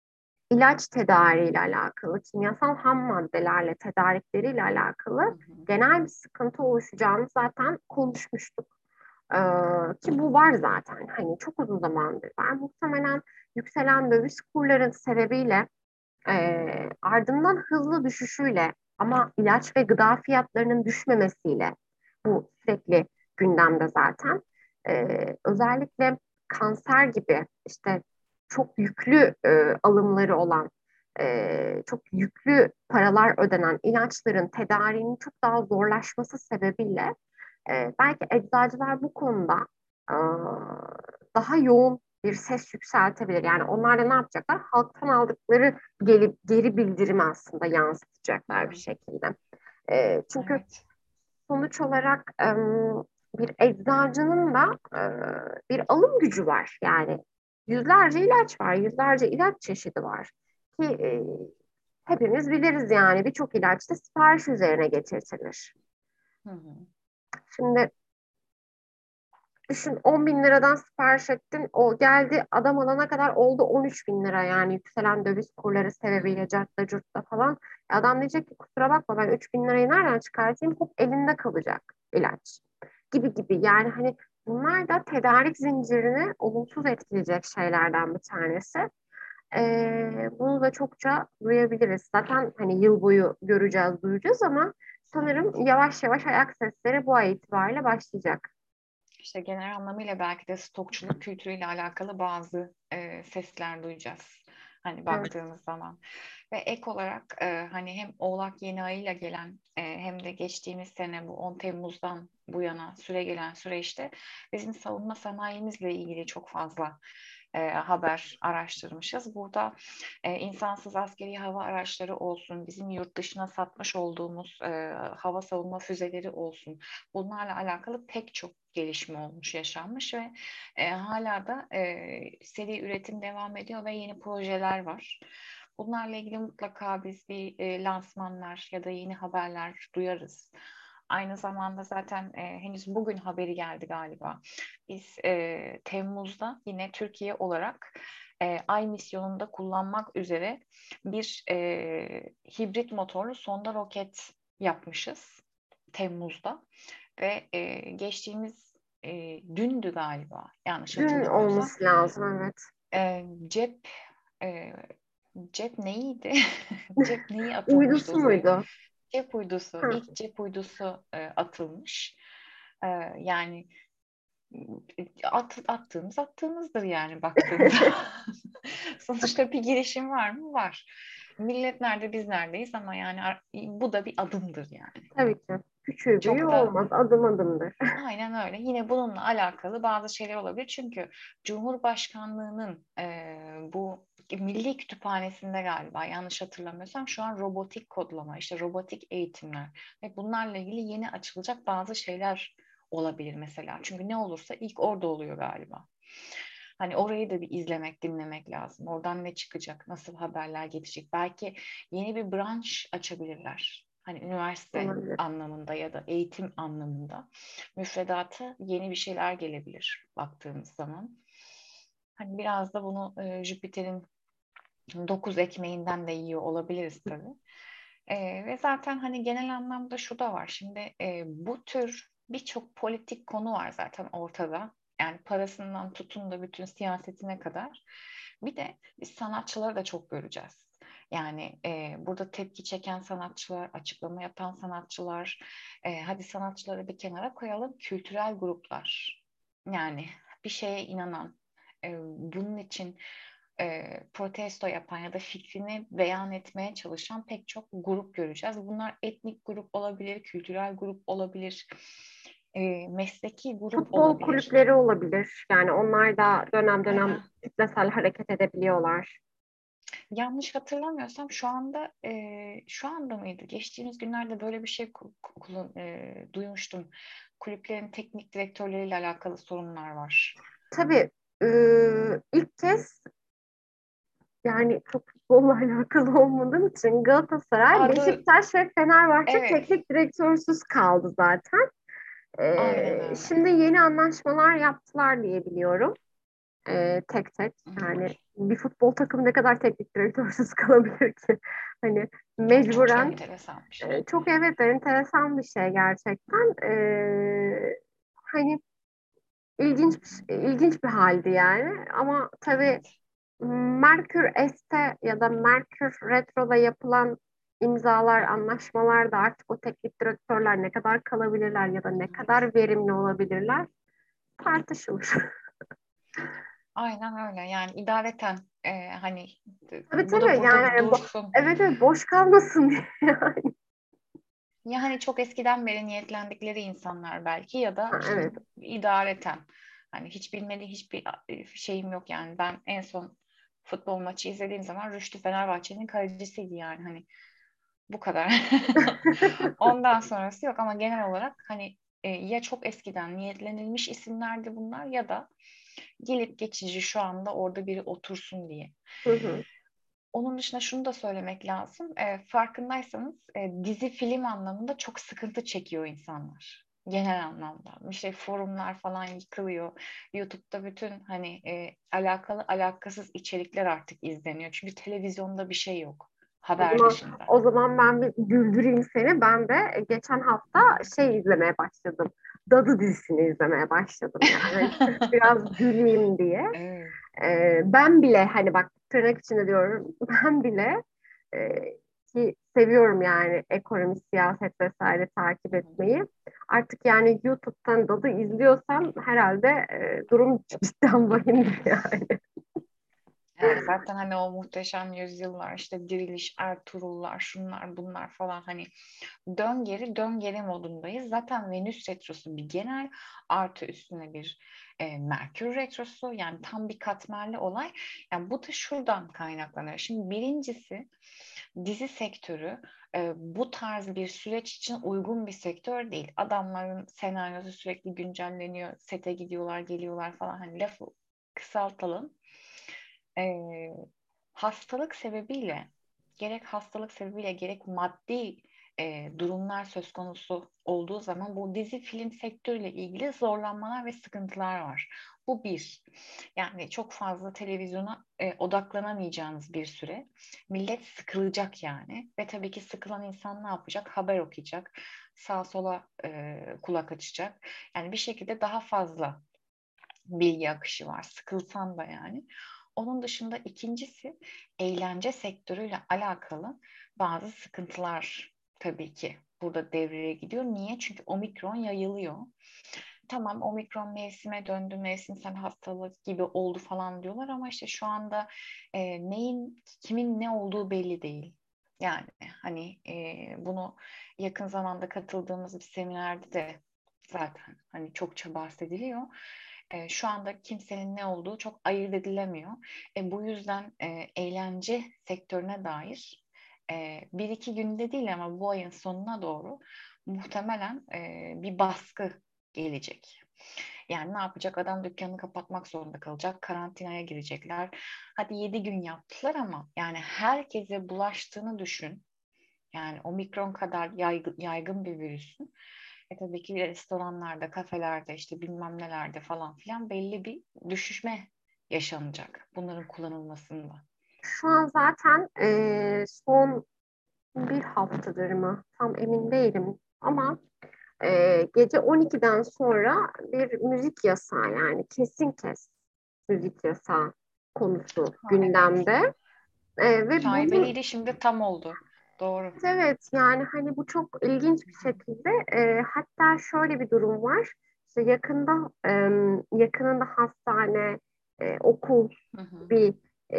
ilaç tedariğiyle alakalı, kimyasal ham maddelerle tedarikleriyle Hı alakalı hı. genel bir sıkıntı oluşacağını zaten konuşmuştuk. Ee, ki bu var zaten. Hani çok uzun zamandır var. Muhtemelen yükselen döviz kurları sebebiyle e, ardından hızlı düşüşüyle ama ilaç ve gıda fiyatlarının düşmemesiyle bu sürekli gündemde zaten. Ee, özellikle kanser gibi işte çok yüklü e, alımları olan, e, çok yüklü paralar ödenen ilaçların tedariğinin çok daha zorlaşması sebebiyle e, belki eczacılar bu konuda e, daha yoğun bir ses yükseltebilir. Yani onlar da ne yapacaklar? Halktan aldıkları geri, geri bildirimi aslında Hı yansıtacaklar bir hı. şekilde. E, çünkü Evet. sonuç olarak e, bir eczacının da e, bir alım gücü var. Yani yüzlerce ilaç var, yüzlerce ilaç çeşidi var. Ki e, hepimiz biliriz yani birçok ilaç da sipariş üzerine getirtilir. Hı hı. Şimdi düşün on bin liradan sipariş ettin. O geldi adam alana kadar oldu on üç bin lira yani yükselen döviz kurları Hı hı. sebebiyle cartta curtta falan. E adam diyecek ki kusura bakma ben üç bin lirayı nereden çıkartayım? Hop elinde kalacak ilaç gibi gibi. Yani hani bunlar da tedarik zincirini olumsuz etkileyecek şeylerden bir tanesi. Ee, bunu da çokça duyabiliriz. Zaten hani yıl boyu göreceğiz, duyacağız ama sanırım Evet. yavaş yavaş ayak sesleri bu ay itibariyle başlayacak. İşte genel anlamıyla belki de stokçuluk kültürüyle alakalı bazı e, sesler duyacağız. Hani Evet. baktığımız zaman. Ve ek olarak e, hani hem Oğlak yeni ayıyla gelen e, hem de geçtiğimiz sene bu on Temmuz'dan bu yana süre gelen süreçte bizim savunma sanayimizle ilgili çok fazla e, haber araştırmışız. Burada e, insansız askeri hava araçları olsun, bizim yurt dışına satmış olduğumuz e, hava savunma füzeleri olsun. Bunlarla alakalı pek çok gelişme olmuş, yaşanmış ve e, hala da e, seri üretim devam ediyor ve yeni projeler var. Bunlarla ilgili mutlaka biz bir e, lansmanlar ya da yeni haberler duyarız. Aynı zamanda zaten e, henüz bugün haberi geldi galiba. Biz e, Temmuz'da yine Türkiye olarak e, Ay misyonunda kullanmak üzere bir e, hibrit motorlu sonda roket yapmışız Temmuz'da ve e, geçtiğimiz e, dündü galiba yanlış Dün hatırlamıyorsam olması lazım, evet. e, cep e, cep neydi? Cep neyi atılmıştı Uydusu uzaya? muydu? Cep uydusu, Ha. ilk cep uydusu e, atılmış. E, yani at, attığımız attığımızdır yani baktığımızda. Sonuçta bir girişim var mı? Var. Millet nerede biz neredeyiz ama yani ar- bu da bir adımdır yani. Tabii ki. Küçüğü büyüğü Çok da olmaz. Adım adımdır. aynen öyle. Yine bununla alakalı bazı şeyler olabilir. Çünkü Cumhurbaşkanlığının e, bu Milli Kütüphanesi'nde galiba yanlış hatırlamıyorsam şu an robotik kodlama, işte robotik eğitimler ve bunlarla ilgili yeni açılacak bazı şeyler olabilir mesela. Çünkü ne olursa ilk orada oluyor galiba. Hani orayı da bir izlemek, dinlemek lazım. Oradan ne çıkacak, nasıl haberler gelecek. Belki yeni bir branş açabilirler. Hani üniversite Olabilir. anlamında ya da eğitim anlamında müfredata yeni bir şeyler gelebilir baktığımız zaman. Hani biraz da bunu e, Jüpiter'in dokuz ekmeğinden de yiyor olabiliriz tabii. E, ve zaten hani genel anlamda şu da var. Şimdi e, bu tür birçok politik konu var zaten ortada. Yani parasından tutun da bütün siyasetine kadar. Bir de biz sanatçıları da çok göreceğiz. Yani e, burada tepki çeken sanatçılar, açıklama yapan sanatçılar, e, hadi sanatçıları bir kenara koyalım, kültürel gruplar. Yani bir şeye inanan, e, bunun için e, protesto yapan ya da fikrini beyan etmeye çalışan pek çok grup göreceğiz. Bunlar etnik grup olabilir, kültürel grup olabilir, e, mesleki grup Futbol olabilir. kulüpleri olabilir. Yani onlar da dönem dönem Aynen. kitlesel hareket edebiliyorlar. Yanlış hatırlamıyorsam şu anda e, şu anda mıydı? Geçtiğimiz günlerde böyle bir şey ku- ku- e, duymuştum. Kulüplerin teknik direktörleriyle alakalı sorunlar var. Tabii e, ilk kez, yani çok futbolla alakalı olmadığım için, Galatasaray, Adı Beşiktaş ve Fenerbahçe evet, teknik direktörsüz kaldı zaten. aynen E, öyle. şimdi yeni anlaşmalar yaptılar diye biliyorum. E, tek tek. Hı hı. Yani bir futbol takımı ne kadar teknik direktörsüz kalabilir ki? Hani Evet, çok mecburen. enteresanmış. E, çok, evet, enteresan bir şey gerçekten. E, hani ilginç bir, ilginç bir haldi yani. Ama tabii Evet. Merkür S'te ya da Merkür Retro'da yapılan imzalar, anlaşmalar da artık o teknik direktörler ne kadar kalabilirler ya da ne Evet. kadar verimli olabilirler tartışılır. Aynen öyle. Yani idareten e, hani Tabii bu da tabii, burada yani bo- dursun. evet, evet, boş kalmasın diye yani. Ya hani çok eskiden beri niyetlendikleri insanlar belki ya da Ha, işte evet. idareten. Hani hiç bilmediği hiçbir e, şeyim yok yani. Ben en son futbol maçı izlediğim zaman Rüştü Fenerbahçe'nin kalecisiydi yani hani bu kadar. Ondan sonrası yok ama genel olarak hani e, ya çok eskiden niyetlenilmiş isimlerdi bunlar ya da gelip geçici şu anda orada biri otursun diye. Hı hı. Onun dışında şunu da söylemek lazım. E, farkındaysanız e, dizi film anlamında çok sıkıntı çekiyor insanlar. Genel anlamda. İşte forumlar falan yıkılıyor. YouTube'da bütün hani e, alakalı alakasız içerikler artık izleniyor. Çünkü televizyonda bir şey yok. O Haber zaman dışında. o zaman ben bir güldüreyim seni. Ben de geçen hafta şey izlemeye başladım. Dadı dizisini izlemeye başladım yani. Sırf biraz güleyim diye. Evet. Ee, ben bile, hani bak, tırnak içinde diyorum, ben bile e, ki seviyorum yani ekonomi, siyaset vesaire takip Hı hı. etmeyi. Artık yani YouTube'dan Dadı izliyorsam herhalde e, durum cidden vahimdir yani. Yani zaten hani o muhteşem yüzyıllar, işte Diriliş, Ertuğrullar, şunlar bunlar falan, hani dön geri dön geri modundayız. Zaten Venüs retrosu bir genel, artı üstüne bir e, Merkür retrosu, yani tam bir katmerli olay. Yani bu da şuradan kaynaklanıyor. Şimdi birincisi, dizi sektörü e, bu tarz bir süreç için uygun bir sektör değil. Adamların senaryosu sürekli güncelleniyor. Sete gidiyorlar, geliyorlar falan. Hani lafı kısaltalım. E, hastalık sebebiyle, gerek hastalık sebebiyle gerek maddi e, durumlar söz konusu olduğu zaman bu dizi film sektörüyle ilgili zorlanmalar ve sıkıntılar var. Bu bir. Yani çok fazla televizyona e, odaklanamayacağınız bir süre. Millet sıkılacak yani. Ve tabii ki sıkılan insan ne yapacak? Haber okuyacak. Sağa sola e, kulak açacak. Yani bir şekilde daha fazla bilgi akışı var. Sıkılsan da yani. Onun dışında ikincisi, eğlence sektörüyle alakalı bazı sıkıntılar tabii ki burada devreye gidiyor. Niye? Çünkü omikron yayılıyor. Tamam, omikron mevsime döndü, mevsimsel hastalık gibi oldu falan diyorlar ama işte şu anda e, neyin, kimin ne olduğu belli değil. Yani hani e, bunu yakın zamanda katıldığımız bir seminerde de zaten hani çokça bahsediliyor. E, şu anda kimsenin ne olduğu çok ayırt edilemiyor. E, bu yüzden e, eğlence sektörüne dair e, bir iki günde değil ama bu ayın sonuna doğru muhtemelen e, bir baskı gelecek. Yani ne yapacak? Adam dükkanını kapatmak zorunda kalacak. Karantinaya girecekler. Hadi yedi gün yaptılar ama yani herkese bulaştığını düşün. Yani omikron kadar yaygın, yaygın bir virüsün. E tabii ki restoranlarda, kafelerde, işte bilmem nelerde falan filan belli bir düşüşme yaşanacak bunların kullanılmasında. Şu an zaten e, son bir haftadır mı? Tam emin değilim. Ama e, gece on ikiden sonra bir müzik yasağı, yani kesin kes müzik yasağı konusu Ha, evet. gündemde. E, ve bunun, Şaibeliydi, şimdi tam oldu. Doğru. evet, yani hani bu çok ilginç bir şekilde, e, hatta şöyle bir durum var. İşte yakında e, yakınında hastane, e, okul, Hı hı. bir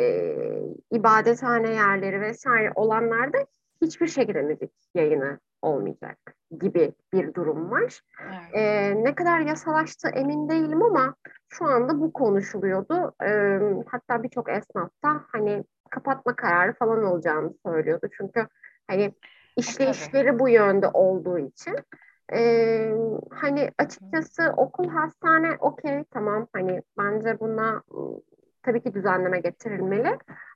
e, ibadethane yerleri vesaire olanlarda hiçbir şekilde müzik yayını olmayacak gibi bir durum var. Evet. E, ne kadar yasalaştı emin değilim ama şu anda bu konuşuluyordu. E, hatta birçok esnaf da hani kapatma kararı falan olacağını söylüyordu. Çünkü hani E tabii. işleyişleri bu yönde olduğu için. Ee, hani Hı hı. açıkçası okul, hastane okey, tamam, hani bence buna ıı, tabii ki düzenleme getirilmeli.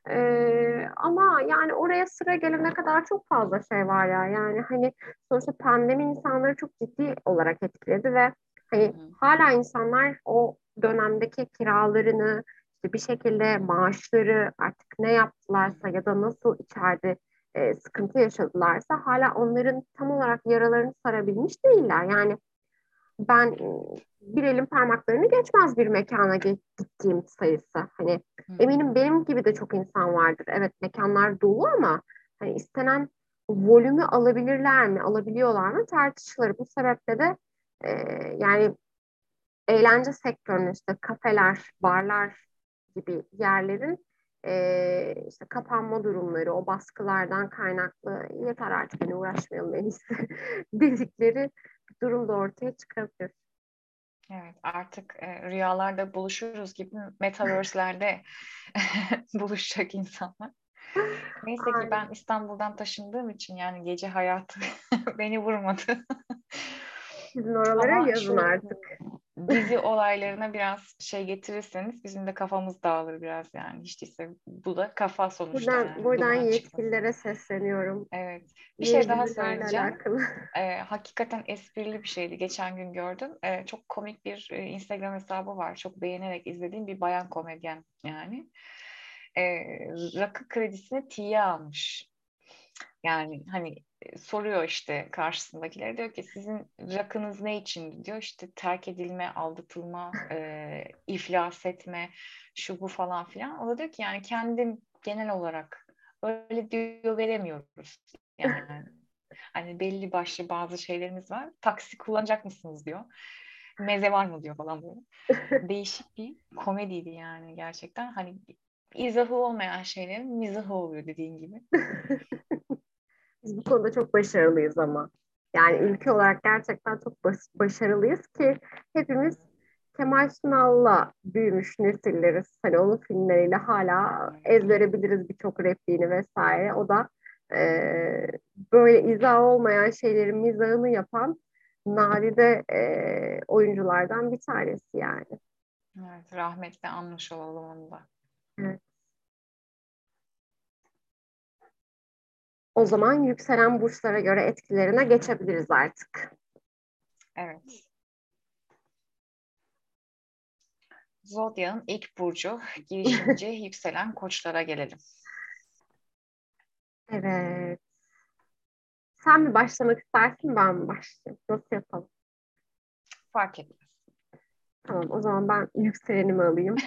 Ee, ama yani oraya sıra gelene kadar çok fazla şey var ya, yani hani sonuçta pandemi insanları çok ciddi olarak etkiledi ve Hı hani hı. hala insanlar o dönemdeki kiralarını, işte bir şekilde maaşları, artık ne Hı yaptılarsa hı. ya da nasıl içeride e, sıkıntı yaşadılarsa hala onların tam olarak yaralarını sarabilmiş değiller. Yani ben e, Evet. bir elin parmaklarını geçmez bir mekana ge- gittiğim sayısı. Hani Hı hı. eminim benim gibi de çok insan vardır. Evet, mekanlar dolu ama hani istenen volümü alabilirler mi, alabiliyorlar mı tartışılır. Bu sebeple de e, yani eğlence sektörünün, işte kafeler, barlar gibi yerlerin e, işte kapanma durumları, o baskılardan kaynaklı yeter artık, hani uğraşmayalım en iyisi dedikleri bir durum da ortaya çıkabilir. Evet, artık e, rüyalarda buluşuruz gibi metaverse'lerde buluşacak insanlar. Neyse ki ben Aynen. İstanbul'dan taşındığım için yani gece hayatı beni vurmadı. Sizin oralara Ama yazın şu artık. dizi olaylarına biraz şey getirirseniz bizim de kafamız dağılır biraz yani. Hiç değilse bu da kafa sonuçta, Buradan, yani buradan duman çıkması. yetkililere sesleniyorum. Evet. Bir şey Yeni daha dizilerle söyleyeceğim. alakalı. Ee, hakikaten esprili bir şeydi. Geçen gün gördüm. Ee, çok komik bir e, Instagram hesabı var. Çok beğenerek izlediğim bir bayan komedyen yani. Ee, rakı kredisini tiye almış. Yani hani e, soruyor işte karşısındakilere, diyor ki sizin rakınız ne için, diyor işte terk edilme, aldatılma, e, iflas etme, şu bu falan filan. O da diyor ki yani kendim genel olarak öyle diyor, veremiyoruz yani. Hani belli başlı bazı şeylerimiz var. Taksi kullanacak mısınız diyor. Meze var mı diyor falan böyle. Değişik bir komediydi yani gerçekten. Hani İzahı olmayan şeylerin mizahı oluyor dediğin gibi. Biz bu konuda çok başarılıyız ama. Yani ülke olarak gerçekten çok bas- başarılıyız ki hepimiz Kemal Sunal'la büyümüş nesilleriz. Hani onun filmleriyle hala ezbere biliriz birçok repliğini vesaire. O da e, böyle izah olmayan şeylerin mizahını yapan nadide e, oyunculardan bir tanesi yani. Evet, rahmetle anmış olalım onu da. Evet. O zaman yükselen burçlara göre etkilerine geçebiliriz artık. Evet. Zodya'nın ilk burcu girişimci yükselen koçlara gelelim. Evet. Sen mi başlamak istersin, ben mi başlayayım? Nasıl yapalım? Fark etmez. Tamam, o zaman ben yükselenimi alayım.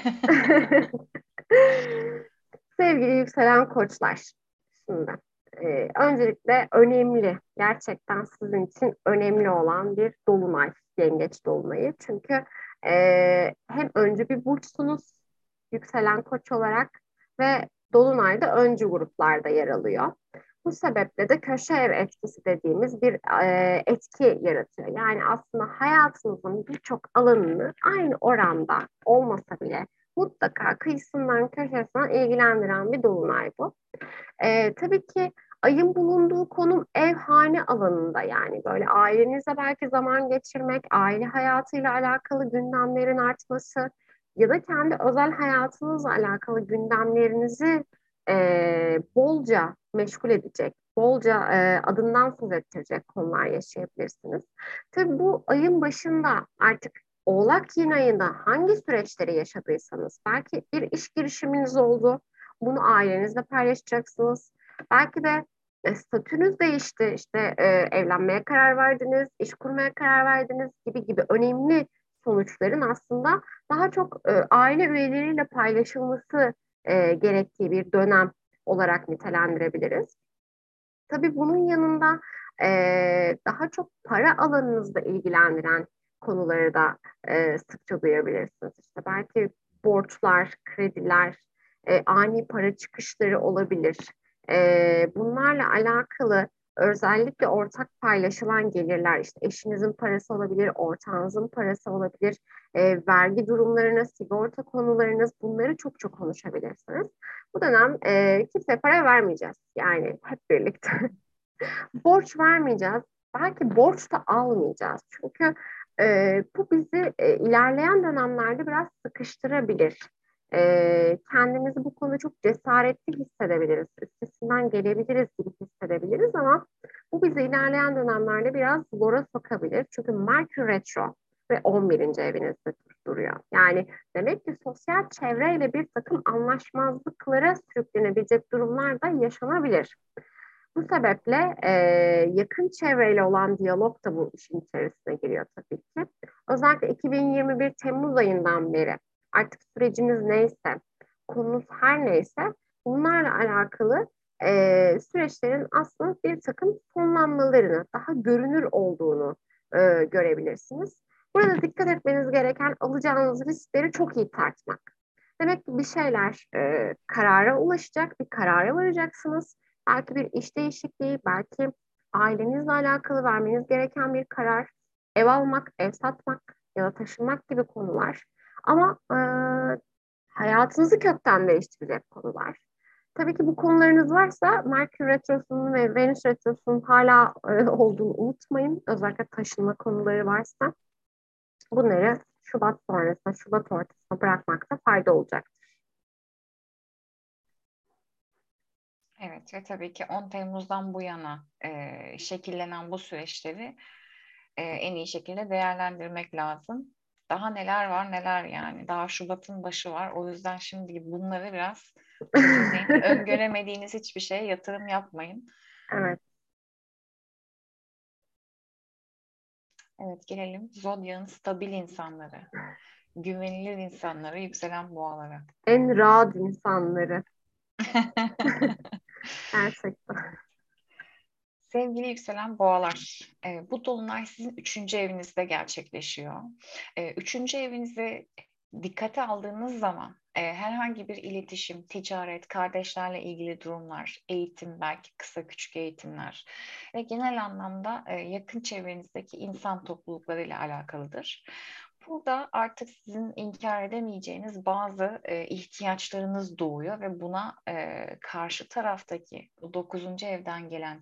Sevgili yükselen koçlar. Şimdi, e, öncelikle önemli, gerçekten sizin için önemli olan bir dolunay, yengeç dolunayı. Çünkü e, hem öncü bir burçsunuz, yükselen koç olarak ve dolunayda öncü gruplarda yer alıyor. Bu sebeple de köşe ev etkisi dediğimiz bir e, etki yaratıyor. Yani aslında hayatınızın birçok alanını aynı oranda olmasa bile mutlaka kıyısından köşesinden ilgilendiren bir dolunay bu. E, tabii ki ayın bulunduğu konum ev hane alanında, yani böyle ailenizle belki zaman geçirmek, aile hayatıyla alakalı gündemlerin artması ya da kendi özel hayatınızla alakalı gündemlerinizi e, bolca meşgul edecek, bolca e, adından söz ettirecek konular yaşayabilirsiniz. Tabii bu ayın başında artık Oğlak yeni ayında hangi süreçleri yaşadıysanız, belki bir iş girişiminiz oldu, bunu ailenizle paylaşacaksınız. Belki de e, statünüz değişti, işte e, evlenmeye karar verdiniz, iş kurmaya karar verdiniz gibi gibi önemli sonuçların aslında daha çok e, aile üyeleriyle paylaşılması e, gerektiği bir dönem olarak nitelendirebiliriz. Tabii bunun yanında e, daha çok para alanınızda ilgilendiren konuları da e, sıkça duyabilirsiniz. İşte belki borçlar, krediler, e, ani para çıkışları olabilir. E, bunlarla alakalı özellikle ortak paylaşılan gelirler, işte eşinizin parası olabilir, ortağınızın parası olabilir, e, vergi durumlarınız, sigorta konularınız, bunları çok çok konuşabilirsiniz. Bu dönem e, kimseye para vermeyeceğiz. Yani hep birlikte. Borç vermeyeceğiz. Belki borç da almayacağız. Çünkü e, bu bizi e, ilerleyen dönemlerde biraz sıkıştırabilir. E, kendimizi bu konuda çok cesaretli hissedebiliriz. Üstesinden gelebiliriz gibi hissedebiliriz ama bu bizi ilerleyen dönemlerde biraz zora sokabilir. Çünkü Merkür Retro ve on birinci evinizde duruyor. Yani demek ki sosyal çevreyle bir takım anlaşmazlıklara sürüklenebilecek durumlar da yaşanabilir. Bu sebeple e, yakın çevreyle olan diyalog da bu işin içerisine giriyor tabii ki. Özellikle iki bin yirmi bir Temmuz ayından beri artık süreciniz neyse, konunuz her neyse, bunlarla alakalı e, süreçlerin aslında bir takım sonlanmalarını, daha görünür olduğunu e, görebilirsiniz. Burada dikkat etmeniz gereken, alacağınız riskleri çok iyi tartmak. Demek ki bir şeyler e, karara ulaşacak, bir karara varacaksınız. Belki bir iş değişikliği, belki ailenizle alakalı vermeniz gereken bir karar, ev almak, ev satmak ya da taşınmak gibi konular. Ama e, hayatınızı kökten değiştirecek konular. Tabii ki bu konularınız varsa Merkür Retrosu'nun ve Venüs Retrosu'nun hala e, olduğunu unutmayın. Özellikle taşınma konuları varsa bunları Şubat sonrasında, Şubat ortasına bırakmakta fayda olacak. Evet ve tabii ki on Temmuz'dan bu yana e, şekillenen bu süreçleri e, en iyi şekilde değerlendirmek lazım. Daha neler var neler yani. Daha Şubat'ın başı var. O yüzden şimdi bunları biraz çözümleyin. Öngöremediğiniz hiçbir şeye yatırım yapmayın. Evet. Evet, gelelim Zodya'nın stabil insanları, güvenilir insanları, yükselen boğalara. En rahat insanları gerçekten. Sevgili yükselen boğalar, e, bu dolunay sizin üçüncü evinizde gerçekleşiyor. E, üçüncü evinizi dikkate aldığınız zaman e, herhangi bir iletişim, ticaret, kardeşlerle ilgili durumlar, eğitim, belki kısa küçük eğitimler ve genel anlamda e, yakın çevrenizdeki insan topluluklarıyla alakalıdır. Burada artık sizin inkar edemeyeceğiniz bazı e, ihtiyaçlarınız doğuyor ve buna e, karşı taraftaki o dokuzuncu evden gelen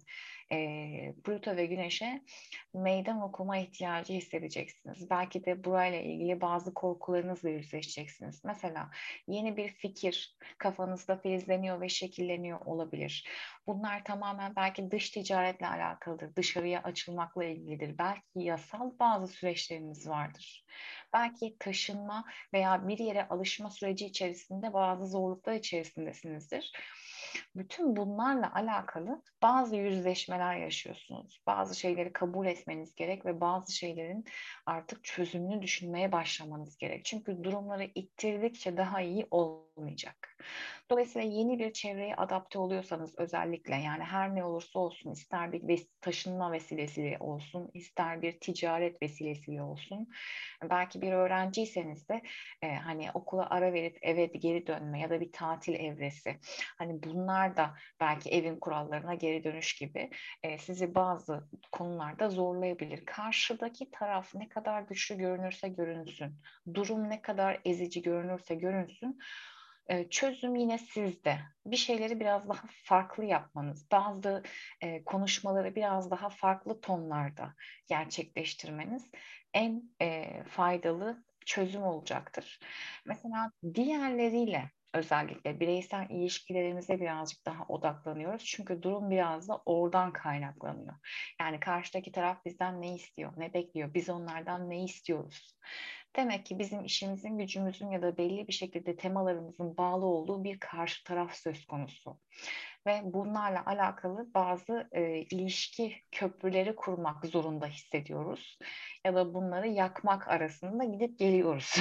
e, Plüto ve Güneş'e meydan okuma ihtiyacı hissedeceksiniz. Belki de burayla ilgili bazı korkularınızla yüzleşeceksiniz. Mesela yeni bir fikir kafanızda filizleniyor ve şekilleniyor olabilir. Bunlar tamamen belki dış ticaretle alakalıdır, dışarıya açılmakla ilgilidir. Belki yasal bazı süreçleriniz vardır. Belki taşınma veya bir yere alışma süreci içerisinde bazı zorluklar içerisindesinizdir. Bütün bunlarla alakalı bazı yüzleşmeler yaşıyorsunuz. Bazı şeyleri kabul etmeniz gerek ve bazı şeylerin artık çözümünü düşünmeye başlamanız gerek. Çünkü durumları ittirdikçe daha iyi olmayacak. Dolayısıyla yeni bir çevreye adapte oluyorsanız özellikle, yani her ne olursa olsun, ister bir ves- taşınma vesilesiyle olsun, ister bir ticaret vesilesiyle olsun, belki bir öğrenciyseniz de e, hani okula ara verip eve geri dönme ya da bir tatil evresi, hani bunlar da belki evin kurallarına geri dönüş gibi e, sizi bazı konularda zorlayabilir. Karşıdaki taraf ne kadar güçlü görünürse görünsün, durum ne kadar ezici görünürse görünsün, e, çözüm yine sizde. Bir şeyleri biraz daha farklı yapmanız, bazı e, konuşmaları biraz daha farklı tonlarda gerçekleştirmeniz en e, faydalı çözüm olacaktır. Mesela diğerleriyle, özellikle bireysel ilişkilerimize birazcık daha odaklanıyoruz. Çünkü durum biraz da oradan kaynaklanıyor. Yani karşıdaki taraf bizden ne istiyor, ne bekliyor, biz onlardan ne istiyoruz? Demek ki bizim işimizin, gücümüzün ya da belli bir şekilde temalarımızın bağlı olduğu bir karşı taraf söz konusu. Ve bunlarla alakalı bazı e, ilişki köprüleri kurmak zorunda hissediyoruz. Ya da bunları yakmak arasında gidip geliyoruz.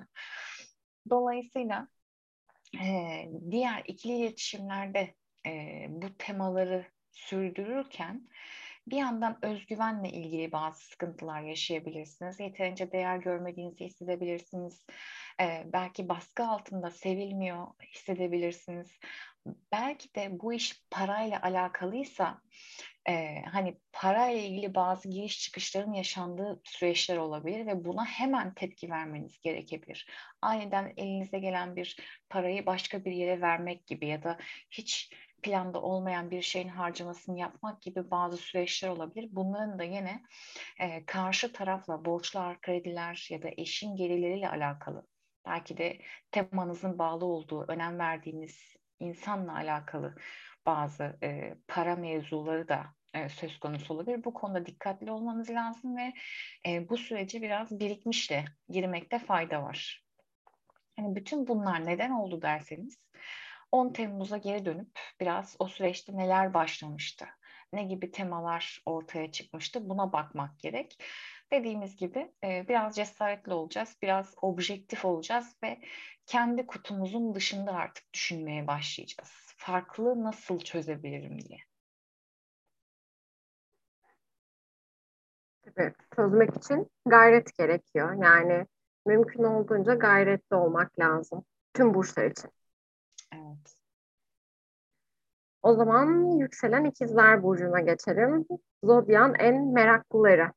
Dolayısıyla e, diğer ikili iletişimlerde e, bu temaları sürdürürken bir yandan özgüvenle ilgili bazı sıkıntılar yaşayabilirsiniz. Yeterince değer görmediğinizi hissedebilirsiniz. E, belki baskı altında sevilmiyor hissedebilirsiniz. Belki de bu iş parayla alakalıysa e, hani parayla ilgili bazı giriş çıkışların yaşandığı süreçler olabilir ve buna hemen tepki vermeniz gerekebilir. Aniden elinize gelen bir parayı başka bir yere vermek gibi ya da hiç planda olmayan bir şeyin harcamasını yapmak gibi bazı süreçler olabilir. Bunların da yine e, karşı tarafla borçlar, krediler ya da eşin gelirleriyle alakalı. Belki de temanızın bağlı olduğu, önem verdiğiniz insanla alakalı bazı e, para mevzuları da e, söz konusu olabilir. Bu konuda dikkatli olmanız lazım ve e, bu süreci biraz birikmişle girmekte fayda var. Yani bütün bunlar neden oldu derseniz, on Temmuz'a geri dönüp biraz o süreçte neler başlamıştı, ne gibi temalar ortaya çıkmıştı, buna bakmak gerek. Dediğimiz gibi e, biraz cesaretli olacağız, biraz objektif olacağız ve kendi kutumuzun dışında artık düşünmeye başlayacağız. Farklı nasıl çözebilirim diye. Tabii, çözmek için gayret gerekiyor. Yani mümkün olduğunca gayretli olmak lazım. Tüm burçlar için. Evet. O zaman yükselen ikizler burcuna geçelim. Zodyan en meraklıları.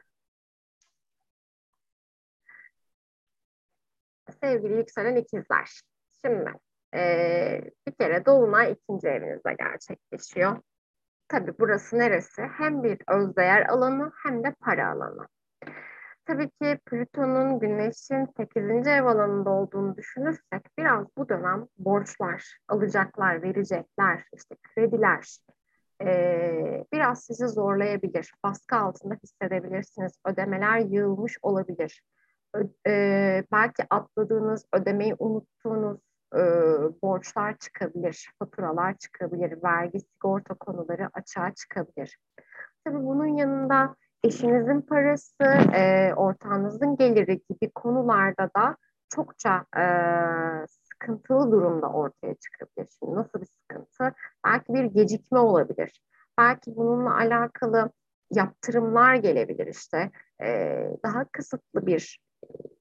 Sevgili yükselen ikizler. Şimdi eee, bir kere Dolunay ikinci evinizde gerçekleşiyor. Tabii burası neresi? Hem bir özdeğer alanı hem de para alanı. Tabii ki Plüton'un Güneş'in sekizinci ev alanında olduğunu düşünürsek biraz bu dönem borçlar, alacaklar, verecekler, işte krediler eee, biraz sizi zorlayabilir. Baskı altında hissedebilirsiniz. Ödemeler yığılmış olabilir. Ö- eee, belki atladığınız, ödemeyi unuttuğunuz eee, borçlar çıkabilir, faturalar çıkabilir, vergi, sigorta konuları açığa çıkabilir. Tabii bunun yanında eşinizin parası, e, ortağınızın geliri gibi konularda da çokça e, sıkıntılı durumda ortaya çıkabilir. Şimdi nasıl bir sıkıntı? Belki bir gecikme olabilir. Belki bununla alakalı yaptırımlar gelebilir işte. E, daha kısıtlı bir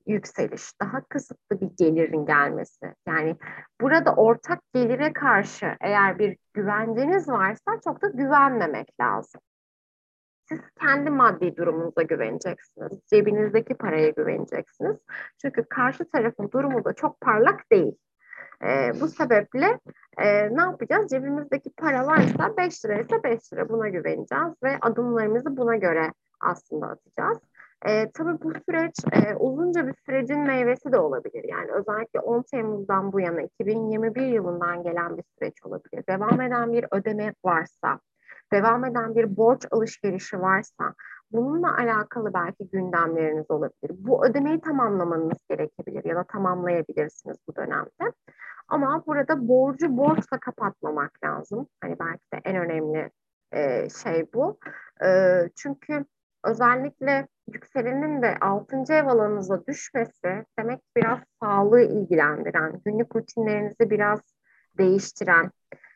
yükseliş, daha kısıtlı bir gelirin gelmesi. Yani burada ortak gelire karşı eğer bir güvenceniz varsa çok da güvenmemek lazım. Siz kendi maddi durumunuza güveneceksiniz. Cebinizdeki paraya güveneceksiniz. Çünkü karşı tarafın durumu da çok parlak değil. E, bu sebeple e, ne yapacağız? Cebimizdeki para varsa beş liraysa beş lira buna güveneceğiz ve adımlarımızı buna göre aslında atacağız. E, tabii bu süreç e, uzunca bir sürecin meyvesi de olabilir. Yani özellikle on Temmuz'dan bu yana iki bin yirmi bir yılından gelen bir süreç olabilir. Devam eden bir ödeme varsa, devam eden bir borç alışverişi varsa, bununla alakalı belki gündemleriniz olabilir. Bu ödemeyi tamamlamanız gerekebilir ya da tamamlayabilirsiniz bu dönemde. Ama burada borcu borçla kapatmamak lazım. Hani belki de en önemli e, şey bu. E, çünkü özellikle yükselenin de altıncı ev alanınıza düşmesi demek biraz sağlığı ilgilendiren, günlük rutinlerinizi biraz değiştiren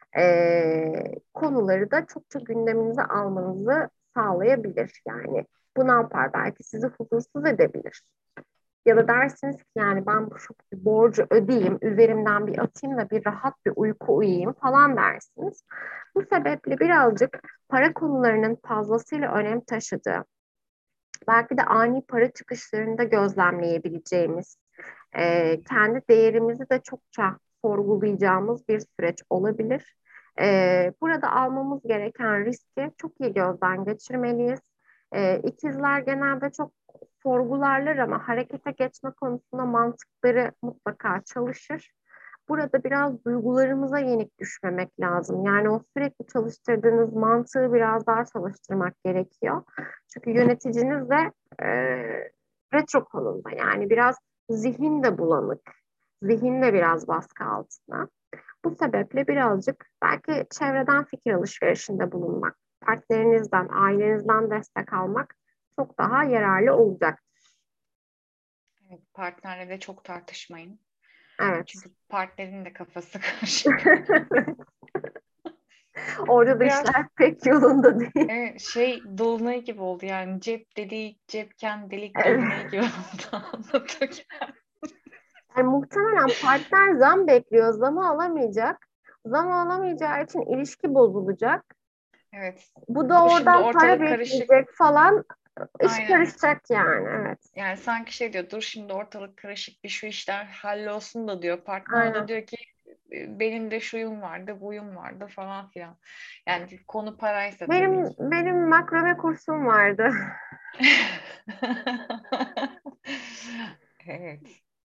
e, konuları da çokça gündeminize almanızı sağlayabilir. Yani bu ne yapar? Belki sizi huzursuz edebilir. Ya da dersiniz ki yani ben bu şu borcu ödeyeyim, üzerimden bir atayım da bir rahat bir uyku uyuyayım falan dersiniz. Bu sebeple birazcık para konularının fazlasıyla önem taşıdığı, belki de ani para çıkışlarında gözlemleyebileceğimiz, e, kendi değerimizi de çokça sorgulayacağımız bir süreç olabilir. E, burada almamız gereken riski çok iyi gözden geçirmeliyiz. E, ikizler genelde çok sorgularlar ama harekete geçme konusunda mantıkları mutlaka çalışır. Burada biraz duygularımıza yenik düşmemek lazım. Yani o sürekli çalıştırdığınız mantığı biraz daha çalıştırmak gerekiyor. Çünkü yöneticiniz de e, retro konumda. Yani biraz zihin de bulanık. Zihin de biraz baskı altında. Bu sebeple birazcık belki çevreden fikir alışverişinde bulunmak, partnerinizden, ailenizden destek almak çok daha yararlı olacak. Evet, partnerle de çok tartışmayın. Evet. Çünkü partnerin de kafası karışık. Orada da Biraz işler pek yolunda değil. evet, şey dolunay gibi oldu yani cep delik cepken delik Evet. dolunay gibi oldu anlatırken. Yani muhtemelen partner zam bekliyor, zamı alamayacak. Zam alamayacağı için ilişki bozulacak. Evet. Bu da Dur şimdi oradan para ortalık karışık. bekleyecek falan. İş Aynen. karışacak yani. Evet. Yani sanki şey diyor dur şimdi ortalık karışık bir şu işler hallolsun da diyor. Partner da Aynen. diyor ki benim de şuyum vardı buyum vardı falan filan. Yani konu paraysa tabii Benim ki. benim makrame kursum vardı. Evet.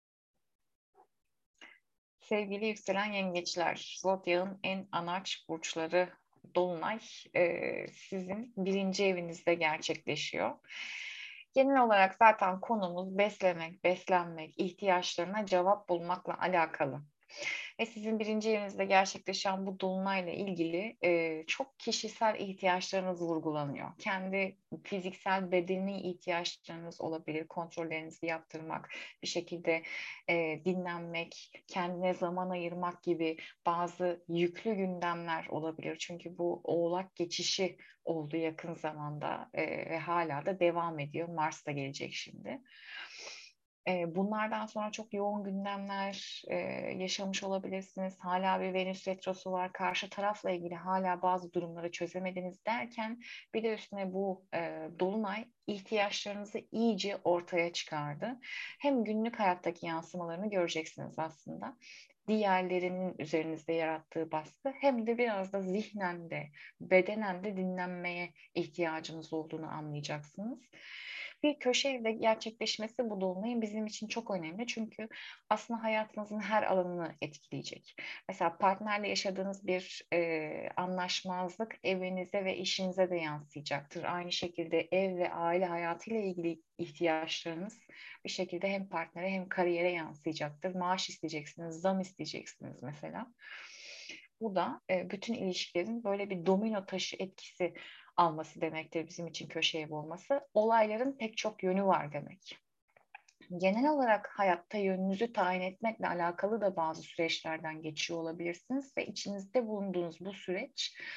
Sevgili yükselen yengeçler, Zodyak'ın en anaç burçları Dolunay e, sizin birinci evinizde gerçekleşiyor. Genel olarak zaten konumuz beslemek, beslenmek, ihtiyaçlarına cevap bulmakla alakalı. Ve sizin birinci evinizde gerçekleşen bu dolunayla ilgili e, çok kişisel ihtiyaçlarınız vurgulanıyor. Kendi fiziksel bedeni ihtiyaçlarınız olabilir, kontrollerinizi yaptırmak, bir şekilde e, dinlenmek, kendine zaman ayırmak gibi bazı yüklü gündemler olabilir. Çünkü bu oğlak geçişi oldu yakın zamanda e, ve hala da devam ediyor. Mars da gelecek şimdi. E, bunlardan sonra çok yoğun gündemler e, yaşamış olabilirsiniz. Hala bir Venüs retrosu var. Karşı tarafla ilgili hala bazı durumları çözemediniz derken bir de üstüne bu e, dolunay ihtiyaçlarınızı iyice ortaya çıkardı. Hem günlük hayattaki yansımalarını göreceksiniz aslında. Diğerlerinin üzerinizde yarattığı baskı hem de biraz da zihnen de bedenen de dinlenmeye ihtiyacınız olduğunu anlayacaksınız. Bir köşe evde gerçekleşmesi bu dolunayın bizim için çok önemli. Çünkü aslında hayatınızın her alanını etkileyecek. Mesela partnerle yaşadığınız bir e, anlaşmazlık evinize ve işinize de yansıyacaktır. Aynı şekilde ev ve aile hayatıyla ilgili ihtiyaçlarınız bir şekilde hem partnere hem kariyere yansıyacaktır. Maaş isteyeceksiniz, zam isteyeceksiniz mesela. Bu da e, bütün ilişkilerin böyle bir domino taşı etkisi alması demektir bizim için köşe ev olması. Olayların pek çok yönü var demek. Genel olarak hayatta yönünüzü tayin etmekle alakalı da bazı süreçlerden geçiyor olabilirsiniz ve içinizde bulunduğunuz bu süreç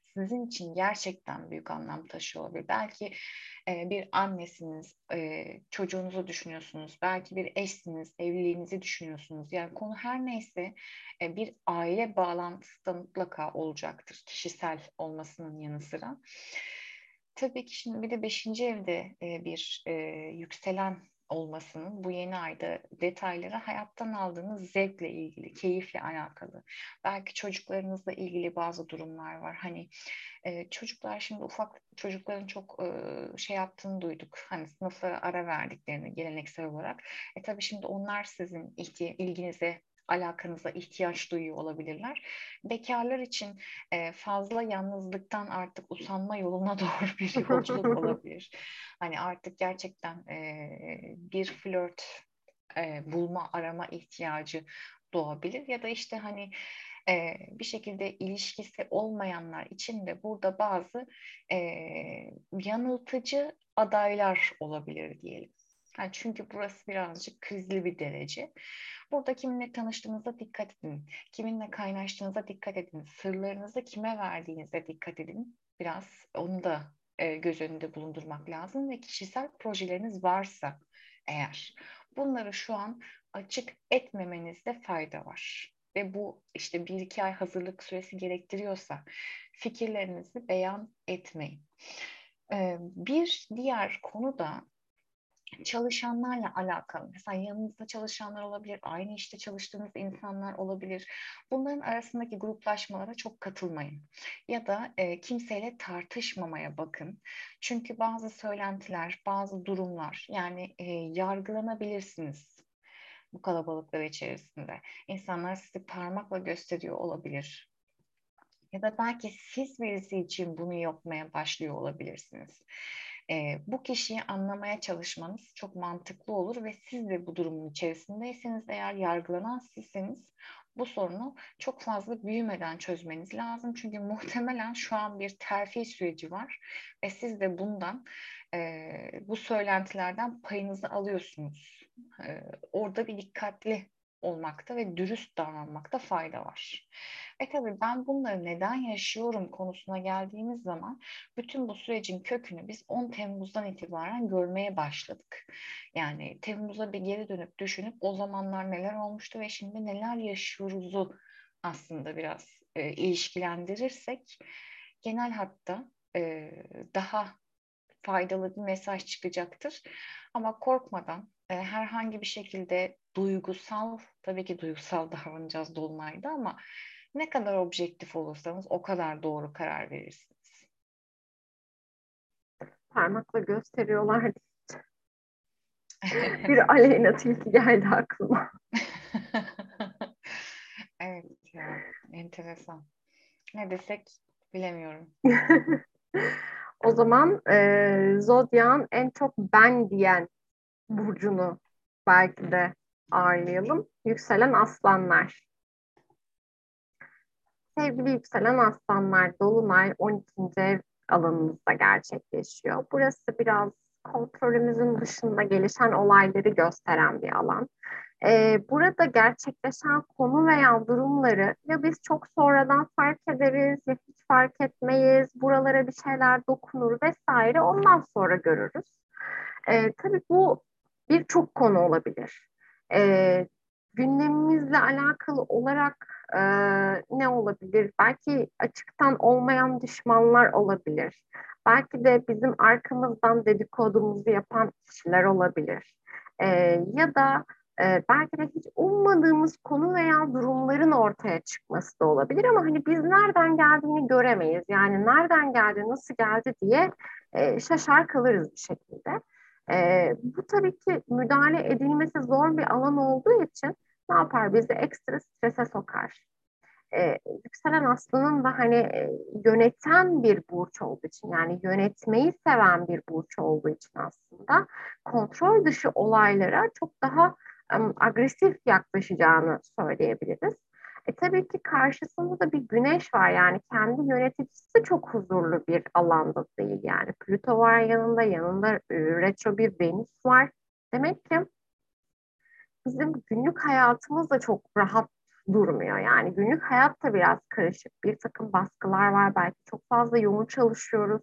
sizin için gerçekten büyük anlam taşıyor olabilir. Belki e, bir annesiniz, e, çocuğunuzu düşünüyorsunuz. Belki bir eşsiniz, evliliğinizi düşünüyorsunuz. Yani konu her neyse e, bir aile bağlantısı da mutlaka olacaktır. Kişisel olmasının yanı sıra. Tabii ki şimdi bir de beşinci evde e, bir e, yükselen olmasının bu yeni ayda detayları hayattan aldığınız zevkle ilgili, keyifle alakalı. Belki çocuklarınızla ilgili bazı durumlar var. Hani e, çocuklar şimdi ufak çocukların çok e, şey yaptığını duyduk. Hani sınıflara ara verdiklerini geleneksel olarak. E tabii şimdi onlar sizin ihti- ilginize alakanıza ihtiyaç duyuyor olabilirler. Bekarlar için e, fazla yalnızlıktan artık usanma yoluna doğru bir yolculuk olabilir. Hani artık gerçekten e, bir flört e, bulma, arama ihtiyacı doğabilir. Ya da işte hani e, bir şekilde ilişkisi olmayanlar için de burada bazı e, yanıltıcı adaylar olabilir diyelim. Yani çünkü burası birazcık krizli bir derece. Burada kiminle tanıştığınıza dikkat edin. Kiminle kaynaştığınıza dikkat edin. Sırlarınızı kime verdiğinize dikkat edin. Biraz onu da e, göz önünde bulundurmak lazım ve kişisel projeleriniz varsa eğer bunları şu an açık etmemenizde fayda var. Ve bu işte bir iki ay hazırlık süresi gerektiriyorsa fikirlerinizi beyan etmeyin. Ee, bir diğer konu da çalışanlarla alakalı. Mesela yanınızda çalışanlar olabilir, aynı işte çalıştığınız insanlar olabilir. Bunların arasındaki gruplaşmalara çok katılmayın. Ya da e, kimseyle tartışmamaya bakın. Çünkü bazı söylentiler, bazı durumlar yani e, yargılanabilirsiniz bu kalabalıklar içerisinde. İnsanlar sizi parmakla gösteriyor olabilir. Ya da belki siz birisi için bunu yapmaya başlıyor olabilirsiniz. Ee, bu kişiyi anlamaya çalışmanız çok mantıklı olur ve siz de bu durumun içerisindeyseniz eğer yargılanan sizseniz bu sorunu çok fazla büyümeden çözmeniz lazım. Çünkü muhtemelen şu an bir terfi süreci var ve siz de bundan e, bu söylentilerden payınızı alıyorsunuz. E, orada bir dikkatli olmakta ve dürüst davranmakta fayda var. E tabii ben bunları neden yaşıyorum konusuna geldiğimiz zaman bütün bu sürecin kökünü biz on Temmuz'dan itibaren görmeye başladık. Yani Temmuz'a bir geri dönüp düşünüp o zamanlar neler olmuştu ve şimdi neler yaşıyoruzu aslında biraz e, ilişkilendirirsek genel hatta e, daha faydalı bir mesaj çıkacaktır. Ama korkmadan e, herhangi bir şekilde duygusal, tabii ki duygusal davranacağız Dolunay'da ama ne kadar objektif olursanız o kadar doğru karar verirsiniz. Parmakla gösteriyorlar. Bir Aleyna Tilki geldi aklıma. Evet ya, enteresan. Ne desek bilemiyorum. O zaman e, Zodyak'ın en çok ben diyen burcunu belki de ağırlayalım. Yükselen aslanlar. Sevgili yükselen aslanlar, Dolunay on ikinci ev alanımızda gerçekleşiyor. Burası biraz kontrolümüzün dışında gelişen olayları gösteren bir alan. Ee, burada gerçekleşen konu veya durumları ya biz çok sonradan fark ederiz ya hiç fark etmeyiz. Buralara bir şeyler dokunur vesaire ondan sonra görürüz. Ee, tabii bu birçok konu olabilir. Ee, gündemimizle alakalı olarak e, ne olabilir? Belki açıktan olmayan düşmanlar olabilir. Belki de bizim arkamızdan dedikodumuzu yapan kişiler olabilir. Ee, ya da e, belki de hiç ummadığımız konu veya durumların ortaya çıkması da olabilir ama hani biz nereden geldiğini göremeyiz. Yani nereden geldi, nasıl geldi diye e, şaşar kalırız bir şekilde. E, bu tabii ki müdahale edilmesi zor bir alan olduğu için ne yapar? Bizi ekstra strese sokar. E, yükselen aslanın da hani e, yöneten bir burç olduğu için yani yönetmeyi seven bir burç olduğu için aslında kontrol dışı olaylara çok daha um, agresif yaklaşacağını söyleyebiliriz. E, tabii ki karşısında da bir güneş var yani kendi yöneticisi de çok huzurlu bir alanda değil yani Plüto var yanında yanında e, retro bir Venüs var. Demek ki bizim günlük hayatımız da çok rahat durmuyor. Yani günlük hayat da biraz karışık. Bir takım baskılar var. Belki çok fazla yoğun çalışıyoruz.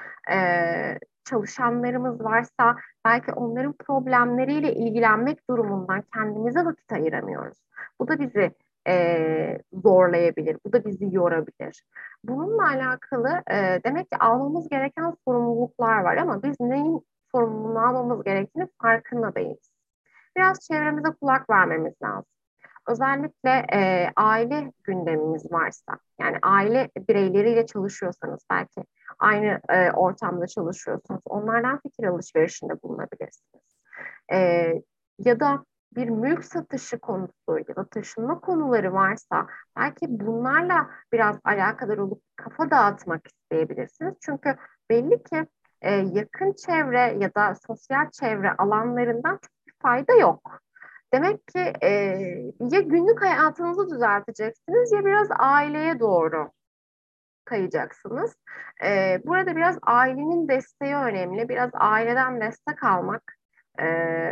Ee, Çalışanlarımız varsa belki onların problemleriyle ilgilenmek durumundan kendimize vakit ayıramıyoruz. Bu da bizi e, zorlayabilir. Bu da bizi yorabilir. Bununla alakalı e, demek ki almamız gereken sorumluluklar var ama biz neyin sorumluluğunu almamız gerektiğini farkında değiliz. Biraz çevremize kulak vermemiz lazım. Özellikle e, aile gündemimiz varsa, yani aile bireyleriyle çalışıyorsanız belki aynı e, ortamda çalışıyorsunuz, onlardan fikir alışverişinde bulunabilirsiniz. E, Ya da bir mülk satışı konusu ya da taşınma konuları varsa belki bunlarla biraz alakadar olup kafa dağıtmak isteyebilirsiniz. Çünkü belli ki e, yakın çevre ya da sosyal çevre alanlarından çok bir fayda yok. Demek ki e, ya günlük hayatınızı düzelteceksiniz ya biraz aileye doğru kayacaksınız. E, burada biraz ailenin desteği önemli. Biraz aileden destek almak e,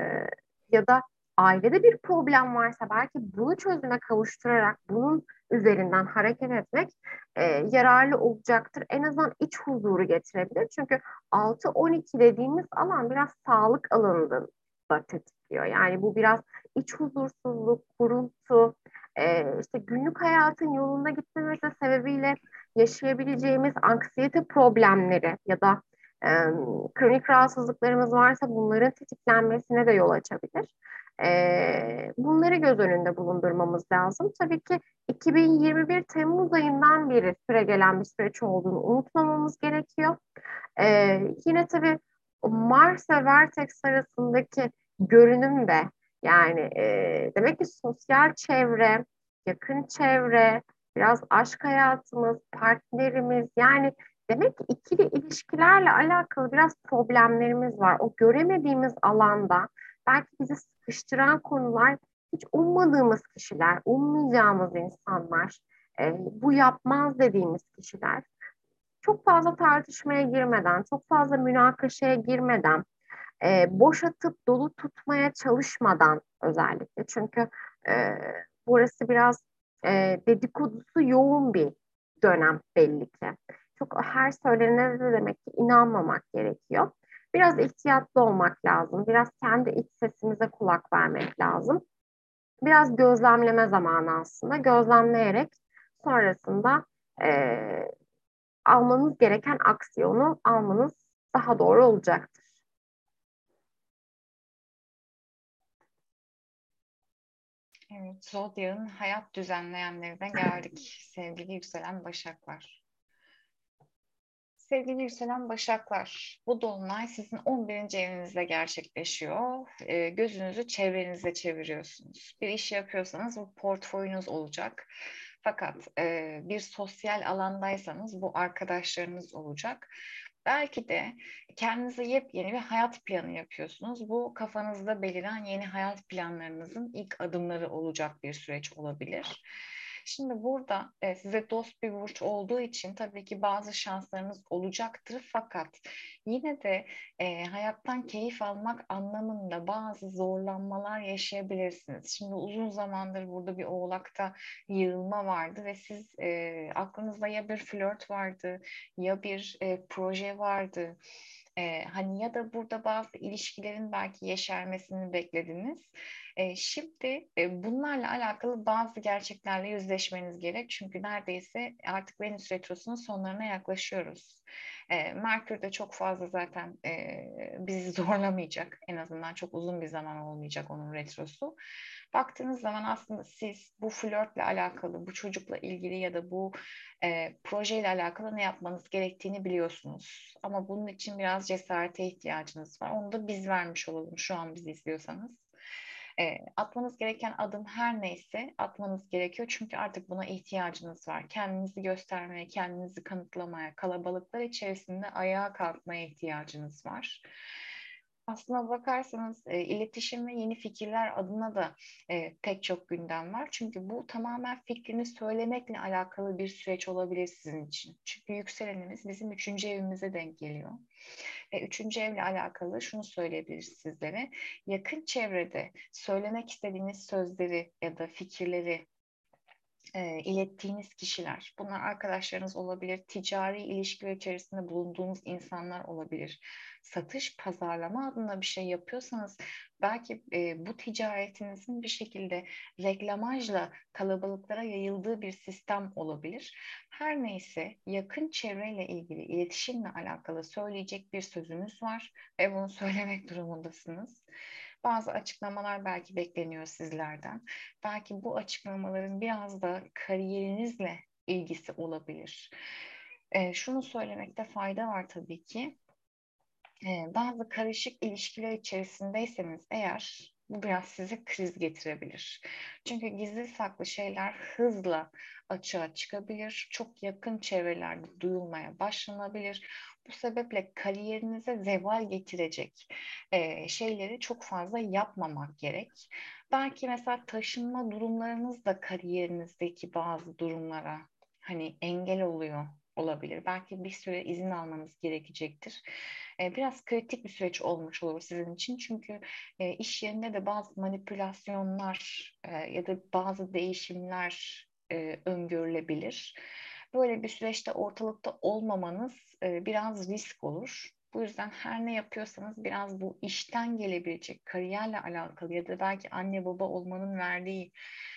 ya da ailede bir problem varsa belki bunu çözüme kavuşturarak bunun üzerinden hareket etmek e, yararlı olacaktır. En azından iç huzuru getirebilir. Çünkü altı on iki dediğimiz alan biraz sağlık alanında da tetikliyor. Yani bu biraz iç huzursuzluk, kuruntu, e, işte günlük hayatın yolunda gitmemesi sebebiyle yaşayabileceğimiz anksiyete problemleri ya da e, kronik rahatsızlıklarımız varsa bunların tetiklenmesine de yol açabilir. E, bunları göz önünde bulundurmamız lazım. Tabii ki iki bin yirmi bir Temmuz ayından beri süregelen bir süreç olduğunu unutmamamız gerekiyor. E, Yine tabii Mars ve Vertex arasındaki görünüm de yani e, demek ki sosyal çevre, yakın çevre, biraz aşk hayatımız, partnerimiz yani demek ki ikili ilişkilerle alakalı biraz problemlerimiz var. O göremediğimiz alanda belki bizi sıkıştıran konular hiç ummadığımız kişiler, ummayacağımız insanlar, e, bu yapmaz dediğimiz kişiler. Çok fazla tartışmaya girmeden, çok fazla münakaşaya girmeden, e, boş atıp dolu tutmaya çalışmadan özellikle. Çünkü e, burası biraz e, dedikodusu yoğun bir dönem belli ki. Çok her söylenene de demek ki inanmamak gerekiyor. Biraz ihtiyatlı olmak lazım. Biraz kendi iç sesimize kulak vermek lazım. Biraz gözlemleme zamanı aslında. Gözlemleyerek sonrasında e, almanız gereken aksiyonu almanız daha doğru olacaktır. Evet, Zodyak'ın hayat düzenleyenlerine geldik sevgili yükselen Başaklar. Sevgili yükselen Başaklar, bu dolunay sizin on birinci evinizde gerçekleşiyor. E, gözünüzü çevrenize çeviriyorsunuz. Bir iş yapıyorsanız bu portföyünüz olacak. Fakat e, bir sosyal alandaysanız bu arkadaşlarınız olacak. Belki de kendinize yepyeni bir hayat planı yapıyorsunuz. Bu kafanızda beliren yeni hayat planlarınızın ilk adımları olacak bir süreç olabilir. Şimdi burada e, size dost bir burç olduğu için tabii ki bazı şanslarınız olacaktır. Fakat yine de e, hayattan keyif almak anlamında bazı zorlanmalar yaşayabilirsiniz. Şimdi uzun zamandır burada bir oğlakta yığılma vardı ve siz e, aklınızda ya bir flört vardı ya bir e, proje vardı. E, hani ya da burada bazı ilişkilerin belki yeşermesini beklediniz. E, şimdi e, bunlarla alakalı bazı gerçeklerle yüzleşmeniz gerek. Çünkü neredeyse artık Venüs Retrosu'nun sonlarına yaklaşıyoruz. E, Merkür de çok fazla zaten e, bizi zorlamayacak. En azından çok uzun bir zaman olmayacak onun retrosu. Baktığınız zaman aslında siz bu flörtle alakalı, bu çocukla ilgili ya da bu e, projeyle alakalı ne yapmanız gerektiğini biliyorsunuz. Ama bunun için biraz cesarete ihtiyacınız var. Onu da biz vermiş olalım şu an bizi izliyorsanız. E, atmanız gereken adım her neyse atmanız gerekiyor. Çünkü artık buna ihtiyacınız var. Kendinizi göstermeye, kendinizi kanıtlamaya, kalabalıklar içerisinde ayağa kalkmaya ihtiyacınız var. Aslına bakarsanız e, iletişim ve yeni fikirler adına da e, pek çok gündem var. Çünkü bu tamamen fikrini söylemekle alakalı bir süreç olabilir sizin için. Çünkü yükselenimiz bizim üçüncü evimize denk geliyor. E, üçüncü evle alakalı şunu söyleyebiliriz sizlere. Yakın çevrede söylemek istediğiniz sözleri ya da fikirleri e, ilettiğiniz kişiler, bunlar arkadaşlarınız olabilir, ticari ilişkiler içerisinde bulunduğunuz insanlar olabilir. Satış, pazarlama adına bir şey yapıyorsanız belki e, bu ticaretinizin bir şekilde reklamajla kalabalıklara yayıldığı bir sistem olabilir. Her neyse, yakın çevreyle ilgili, iletişimle alakalı söyleyecek bir sözünüz var ve bunu söylemek durumundasınız. Bazı açıklamalar belki bekleniyor sizlerden. Belki bu açıklamaların biraz da kariyerinizle ilgisi olabilir. E, şunu söylemekte fayda var tabii ki. E, bazı karışık ilişkiler içerisindeyseniz eğer, bu biraz size kriz getirebilir. Çünkü gizli saklı şeyler hızla açığa çıkabilir. Çok yakın çevrelerde duyulmaya başlanabilir. Bu sebeple kariyerinize zeval getirecek e, şeyleri çok fazla yapmamak gerek. Belki mesela taşınma durumlarınız da kariyerinizdeki bazı durumlara hani engel oluyor olabilir. Belki bir süre izin almanız gerekecektir. E, biraz kritik bir süreç olmuş olur sizin için. Çünkü e, iş yerinde de bazı manipülasyonlar e, ya da bazı değişimler e, öngörülebilir. Böyle bir süreçte ortalıkta olmamanız e, biraz risk olur. Bu yüzden her ne yapıyorsanız biraz bu işten gelebilecek, kariyerle alakalı ya da belki anne baba olmanın verdiği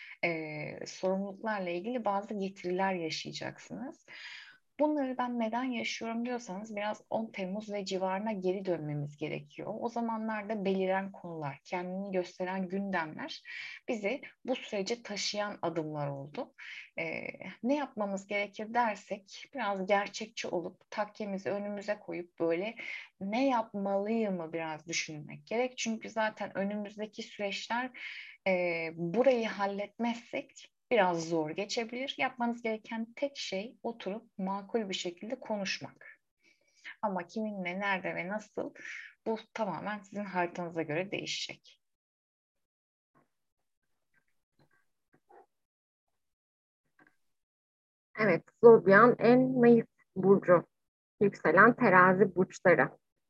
e, sorumluluklarla ilgili bazı getiriler yaşayacaksınız. Bunları ben neden yaşıyorum diyorsanız biraz on Temmuz ve civarına geri dönmemiz gerekiyor. O zamanlarda beliren konular, kendini gösteren gündemler bizi bu sürece taşıyan adımlar oldu. Ee, ne yapmamız gerekir dersek biraz gerçekçi olup takkemizi önümüze koyup böyle ne yapmalıyımı biraz düşünmek gerek. Çünkü zaten önümüzdeki süreçler e, burayı halletmezsek biraz zor geçebilir. Yapmanız gereken tek şey oturup makul bir şekilde konuşmak. Ama kiminle, nerede ve nasıl, bu tamamen sizin haritanıza göre değişecek. Evet, zodyan en naif burcu. Yükselen terazi burçları.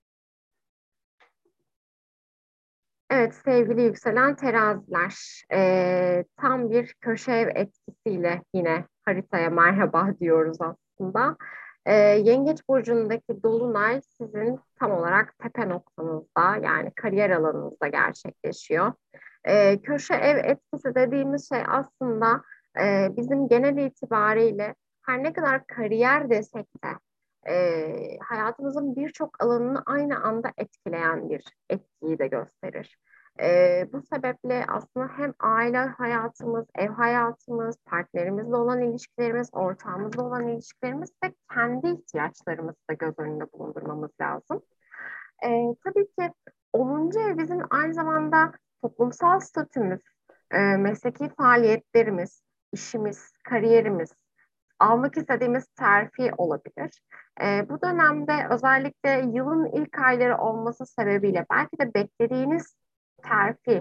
Evet sevgili yükselen teraziler, eee, tam bir köşe ev etkisiyle yine haritaya merhaba diyoruz aslında. Eee, Yengeç burcundaki dolunay sizin tam olarak tepe noktanızda yani kariyer alanınızda gerçekleşiyor. Eee, köşe ev etkisi dediğimiz şey aslında eee, bizim genel itibariyle her ne kadar kariyer desek de eee, hayatımızın birçok alanını aynı anda etkileyen bir etkiyi de gösterir. Ee, bu sebeple aslında hem aile hayatımız, ev hayatımız, partnerimizle olan ilişkilerimiz, ortağımızla olan ilişkilerimiz ve kendi ihtiyaçlarımızı da göz önünde bulundurmamız lazım. Ee, tabii ki onuncu ev bizim aynı zamanda toplumsal statümüz, e, mesleki faaliyetlerimiz, işimiz, kariyerimiz, almak istediğimiz terfi olabilir. Ee, bu dönemde özellikle yılın ilk ayları olması sebebiyle belki de beklediğiniz terfi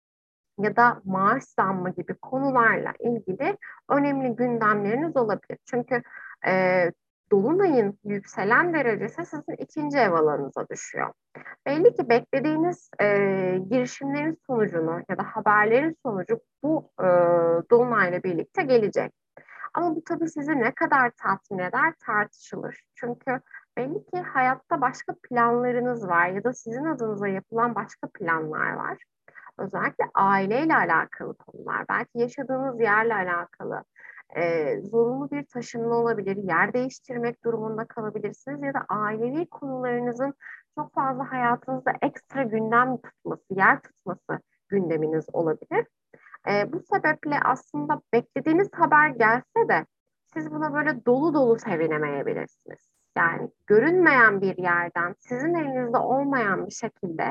ya da maaş zammı gibi konularla ilgili önemli gündemleriniz olabilir. Çünkü e, Dolunay'ın yükselen derecesi sizin ikinci ev alanınıza düşüyor. Belli ki beklediğiniz e, girişimlerin sonucunu ya da haberlerin sonucu bu e, Dolunay'la birlikte gelecek. Ama bu tabii sizi ne kadar tatmin eder tartışılır. Çünkü belli ki hayatta başka planlarınız var ya da sizin adınıza yapılan başka planlar var. Özellikle aileyle alakalı konular, belki yaşadığınız yerle alakalı e, zorunlu bir taşınma olabilir, yer değiştirmek durumunda kalabilirsiniz ya da ailevi konularınızın çok fazla hayatınızda ekstra gündem tutması, yer tutması gündeminiz olabilir. E, bu sebeple aslında beklediğiniz haber gelse de siz buna böyle dolu dolu sevinemeyebilirsiniz. Yani görünmeyen bir yerden, sizin elinizde olmayan bir şekilde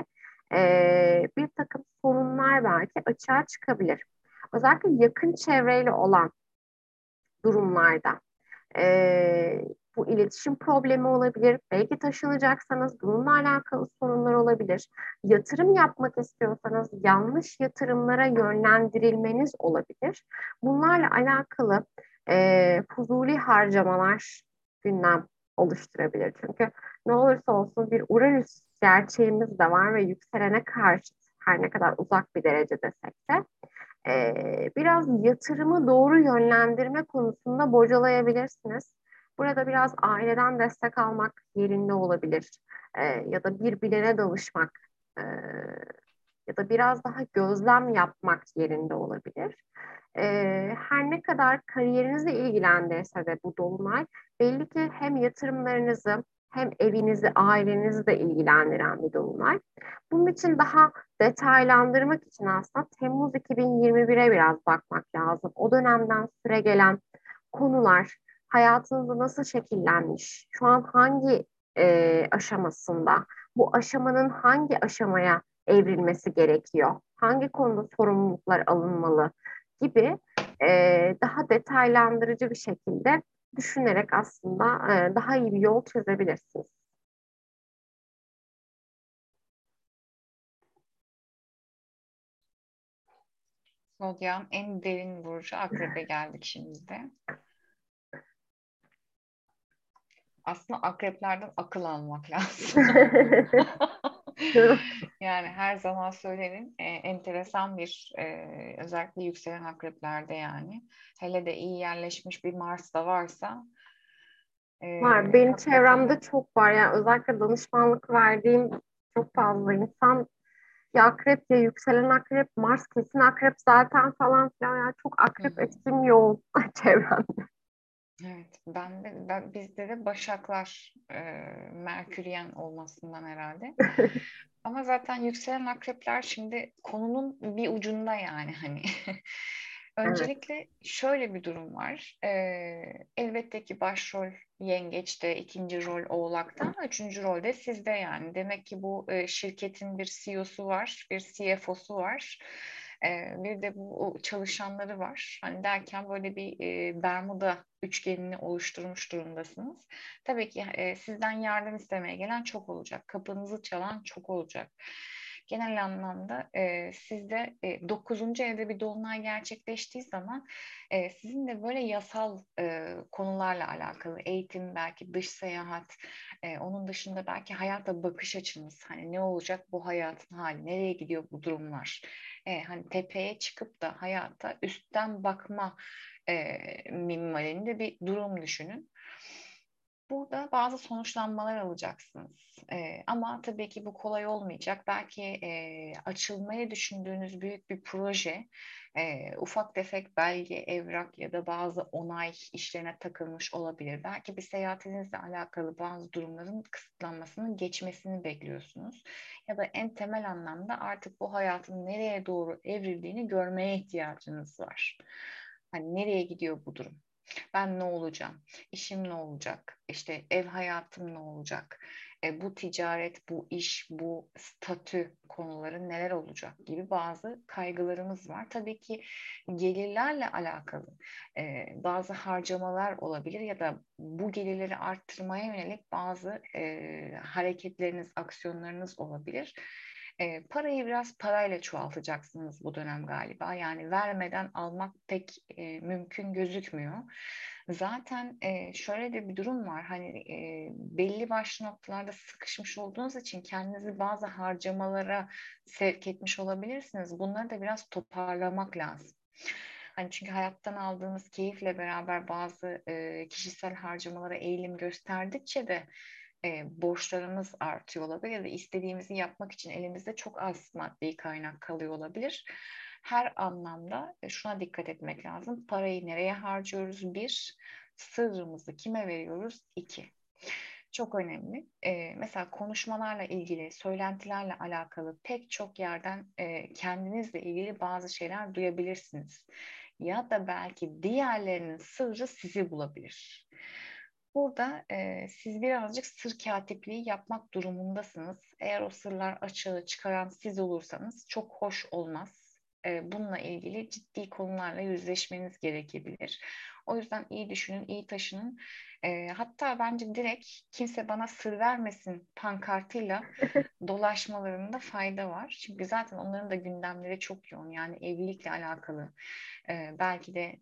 e, bir takım sorunlar belki açığa çıkabilir. Özellikle yakın çevreyle olan durumlarda e, bu iletişim problemi olabilir. Belki taşınacaksanız bununla alakalı sorunlar olabilir. Yatırım yapmak istiyorsanız yanlış yatırımlara yönlendirilmeniz olabilir. Bunlarla alakalı e, fuzuli harcamalar gündem oluşturabilir. Çünkü ne olursa olsun bir Uranüs gerçeğimiz de var ve yükselene karşı her ne kadar uzak bir derece desek de Ee, biraz yatırımı doğru yönlendirme konusunda bocalayabilirsiniz. Burada biraz aileden destek almak yerinde olabilir. Ee, ya da bir bilene danışmak ee, ya da biraz daha gözlem yapmak yerinde olabilir. Ee, her ne kadar kariyerinizi ilgilendirse de bu dolunay belli ki hem yatırımlarınızı hem evinizi, ailenizi de ilgilendiren bir dolunay. Bunun için daha detaylandırmak için aslında Temmuz iki bin yirmi bire biraz bakmak lazım. O dönemden süregelen konular hayatınızda nasıl şekillenmiş, şu an hangi e, aşamasında, bu aşamanın hangi aşamaya evrilmesi gerekiyor, hangi konuda sorumluluklar alınmalı gibi e, daha detaylandırıcı bir şekilde düşünerek aslında e, daha iyi bir yol çizebilirsiniz. Zodyan en derin burcu Akrep'e geldik şimdi de. Aslında akreplerden akıl almak lazım. Yani her zaman söylerim e, enteresan bir e, özellikle yükselen akreplerde yani. Hele de iyi yerleşmiş bir Mars da varsa Var. e, Benim hakikaten çevremde çok var. Yani özellikle danışmanlık verdiğim çok fazla insan ya akrep ya yükselen akrep, Mars kesin akrep zaten falan filan. Yani çok hı akrep hı. etkim yoğun çevremde. Evet, ben de ben, bizde de Başaklar e, Merküryen olmasından herhalde. Ama zaten yükselen akrepler şimdi konunun bir ucunda yani hani. Evet. Öncelikle şöyle bir durum var. E, elbette ki başrol Yengeç'te, ikinci rol Oğlak'ta ama üçüncü rolde sizde yani. Demek ki bu e, şirketin bir C E O'su var, bir C F O'su var. E, bir de bu çalışanları var. Hani derken böyle bir e, Bermuda üçgenini oluşturmuş durumdasınız. Tabii ki e, sizden yardım istemeye gelen çok olacak. Kapınızı çalan çok olacak. Genel anlamda e, sizde e, dokuzuncu evde bir dolunay gerçekleştiği zaman e, sizin de böyle yasal e, konularla alakalı eğitim, belki dış seyahat, e, onun dışında belki hayata bakış açınız, hani ne olacak bu hayatın hali, nereye gidiyor bu durumlar, e, hani tepeye çıkıp da hayata üstten bakma e, minvalinde bir durum düşünün. Burada bazı sonuçlanmalar alacaksınız. Ee, ama tabii ki bu kolay olmayacak. Belki e, açılmayı düşündüğünüz büyük bir proje, e, ufak tefek belge, evrak ya da bazı onay işlerine takılmış olabilir. Belki bir seyahatinizle alakalı bazı durumların kısıtlanmasının geçmesini bekliyorsunuz. Ya da en temel anlamda artık bu hayatın nereye doğru evrildiğini görmeye ihtiyacınız var. Hani nereye gidiyor bu durum? Ben ne olacağım? İşim ne olacak? İşte ev hayatım ne olacak? E, bu ticaret, bu iş, bu statü konuları neler olacak gibi bazı kaygılarımız var. Tabii ki gelirlerle alakalı e, bazı harcamalar olabilir ya da bu gelirleri arttırmaya yönelik bazı e, hareketleriniz, aksiyonlarınız olabilir. E, parayı biraz parayla çoğaltacaksınız bu dönem galiba. Yani vermeden almak pek e, mümkün gözükmüyor. Zaten e, şöyle de bir durum var. Hani e, belli başlı noktalarda sıkışmış olduğunuz için kendinizi bazı harcamalara sevk etmiş olabilirsiniz. Bunları da biraz toparlamak lazım. Hani çünkü hayattan aldığınız keyifle beraber bazı e, kişisel harcamalara eğilim gösterdikçe de e, borçlarımız artıyor olabilir ya da istediğimizi yapmak için elimizde çok az maddi kaynak kalıyor olabilir. Her anlamda e, şuna dikkat etmek lazım. Parayı nereye harcıyoruz? Bir, sırrımızı kime veriyoruz? İki. Çok önemli. Ee, mesela konuşmalarla ilgili, söylentilerle alakalı pek çok yerden e, kendinizle ilgili bazı şeyler duyabilirsiniz. Ya da belki diğerlerinin sırrı sizi bulabilir. Burada e, siz birazcık sır katipliği yapmak durumundasınız. Eğer o sırlar açığa çıkaran siz olursanız çok hoş olmaz. E, bununla ilgili ciddi konularla yüzleşmeniz gerekebilir. O yüzden iyi düşünün, iyi taşının. E, hatta bence direkt kimse bana sır vermesin pankartıyla dolaşmalarında fayda var. Çünkü zaten onların da gündemleri çok yoğun. Yani evlilikle alakalı. E, belki de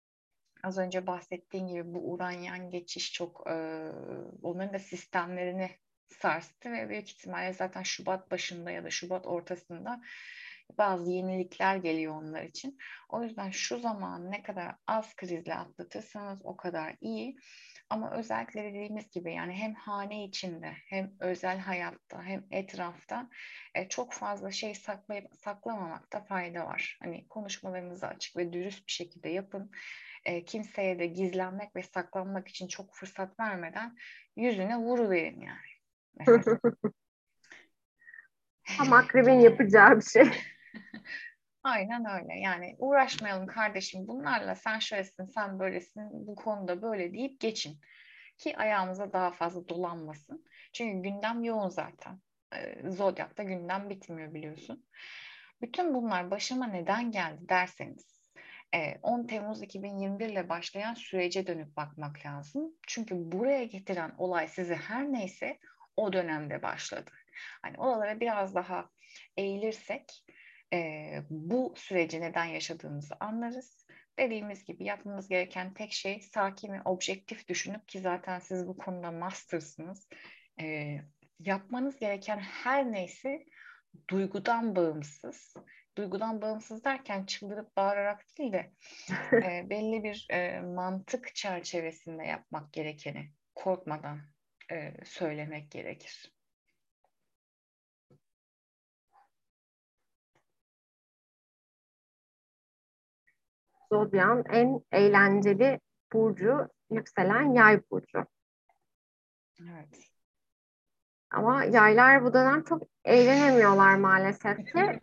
az önce bahsettiğim gibi bu Uranyen geçiş çok e, onların da sistemlerini sarstı ve büyük ihtimalle zaten Şubat başında ya da Şubat ortasında Bazı yenilikler geliyor onlar için. O yüzden şu zaman ne kadar az krizle atlatırsanız o kadar iyi. Ama özellikle dediğimiz gibi yani hem hane içinde hem özel hayatta hem etrafta e, çok fazla şey saklayıp saklamamakta fayda var. Hani konuşmalarınızı açık ve dürüst bir şekilde yapın. E, kimseye de gizlenmek ve saklanmak için çok fırsat vermeden yüzüne vuruverin yani mesela. Tam akrebin yapacağı bir şey. Aynen öyle. Yani uğraşmayalım kardeşim bunlarla, sen şöylesin, sen böylesin, bu konuda böyle deyip geçin. Ki ayağımıza daha fazla dolanmasın. Çünkü gündem yoğun zaten. Ee, Zodyak'ta gündem bitmiyor biliyorsun. Bütün bunlar başıma neden geldi derseniz, e, on Temmuz iki bin yirmi bir ile başlayan sürece dönüp bakmak lazım. Çünkü buraya getiren olay sizi her neyse o dönemde başladı. Hani oralara biraz daha eğilirsek e, bu süreci neden yaşadığımızı anlarız. Dediğimiz gibi yapmamız gereken tek şey sakin ve objektif düşünüp, ki zaten siz bu konuda mastersınız. E, Yapmanız gereken her neyse duygudan bağımsız. Duygudan bağımsız derken çıldırıp bağırarak değil de e, belli bir e, mantık çerçevesinde yapmak gerekeni korkmadan e, söylemek gerekir. Zodyan en eğlenceli burcu yükselen yay burcu. Evet. Ama yaylar bu dönem çok eğlenemiyorlar maalesef ki.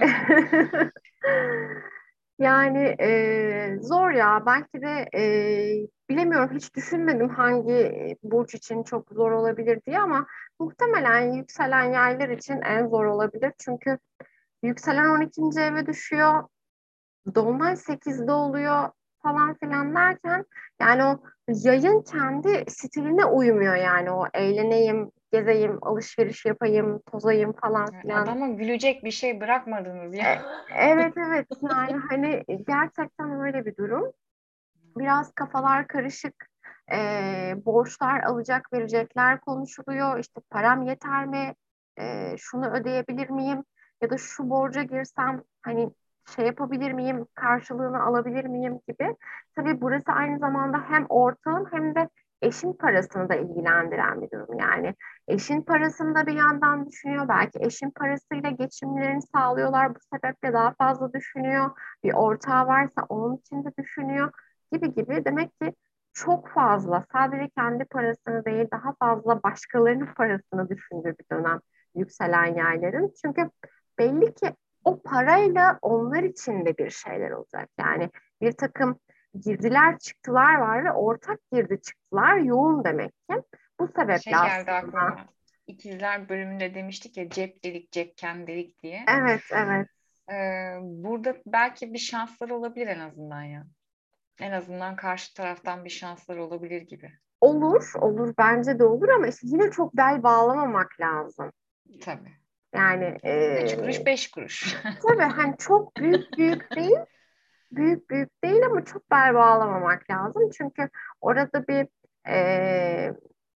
Yani e, zor ya. Belki de e, bilemiyorum, hiç düşünmedim hangi burç için çok zor olabilir diye, ama muhtemelen yükselen yaylar için en zor olabilir. Çünkü yükselen on ikinci eve düşüyor. Dolunay sekizde oluyor falan filan derken, yani o yayın kendi stiline uymuyor, yani o eğleneyim, gezeyim, alışveriş yapayım, tozayım falan filan. Adama gülecek bir şey bırakmadınız E, ya. evet evet, yani hani gerçekten öyle bir durum. Biraz kafalar karışık. E, borçlar, alacak verecekler konuşuluyor. İşte param yeter mi? E, şunu ödeyebilir miyim? Ya da şu borca girsem hani şey yapabilir miyim? Karşılığını alabilir miyim gibi. Tabii burası aynı zamanda hem ortağın hem de eşin parasını da ilgilendiren bir durum. Yani eşin parasını da bir yandan düşünüyor. Belki eşin parasıyla geçimlerini sağlıyorlar. Bu sebeple daha fazla düşünüyor. Bir ortağı varsa onun için de düşünüyor, gibi gibi. Demek ki çok fazla, sadece kendi parasını değil, daha fazla başkalarının parasını düşündüğü bir dönem yükselen yayların. Çünkü belli ki o parayla onlar için de bir şeyler olacak. Yani bir takım girdiler çıktılar var ve ortak girdi çıktılar yoğun demek ki. Bu sebeple Şey geldi aslında. aklıma. İkizler bölümünde demiştik ya, cep delik cepken delik diye. Evet, evet. Ee, burada belki bir şansları olabilir en azından ya. En azından karşı taraftan bir şansları olabilir gibi. Olur, olur, bence de olur, ama işte yine çok bel bağlamamak lazım. Tabii. Yani Üç e, kuruş beş kuruş. tabii hani çok büyük büyük değil, büyük büyük değil ama çok bel bağlamamak lazım. Çünkü orada bir e,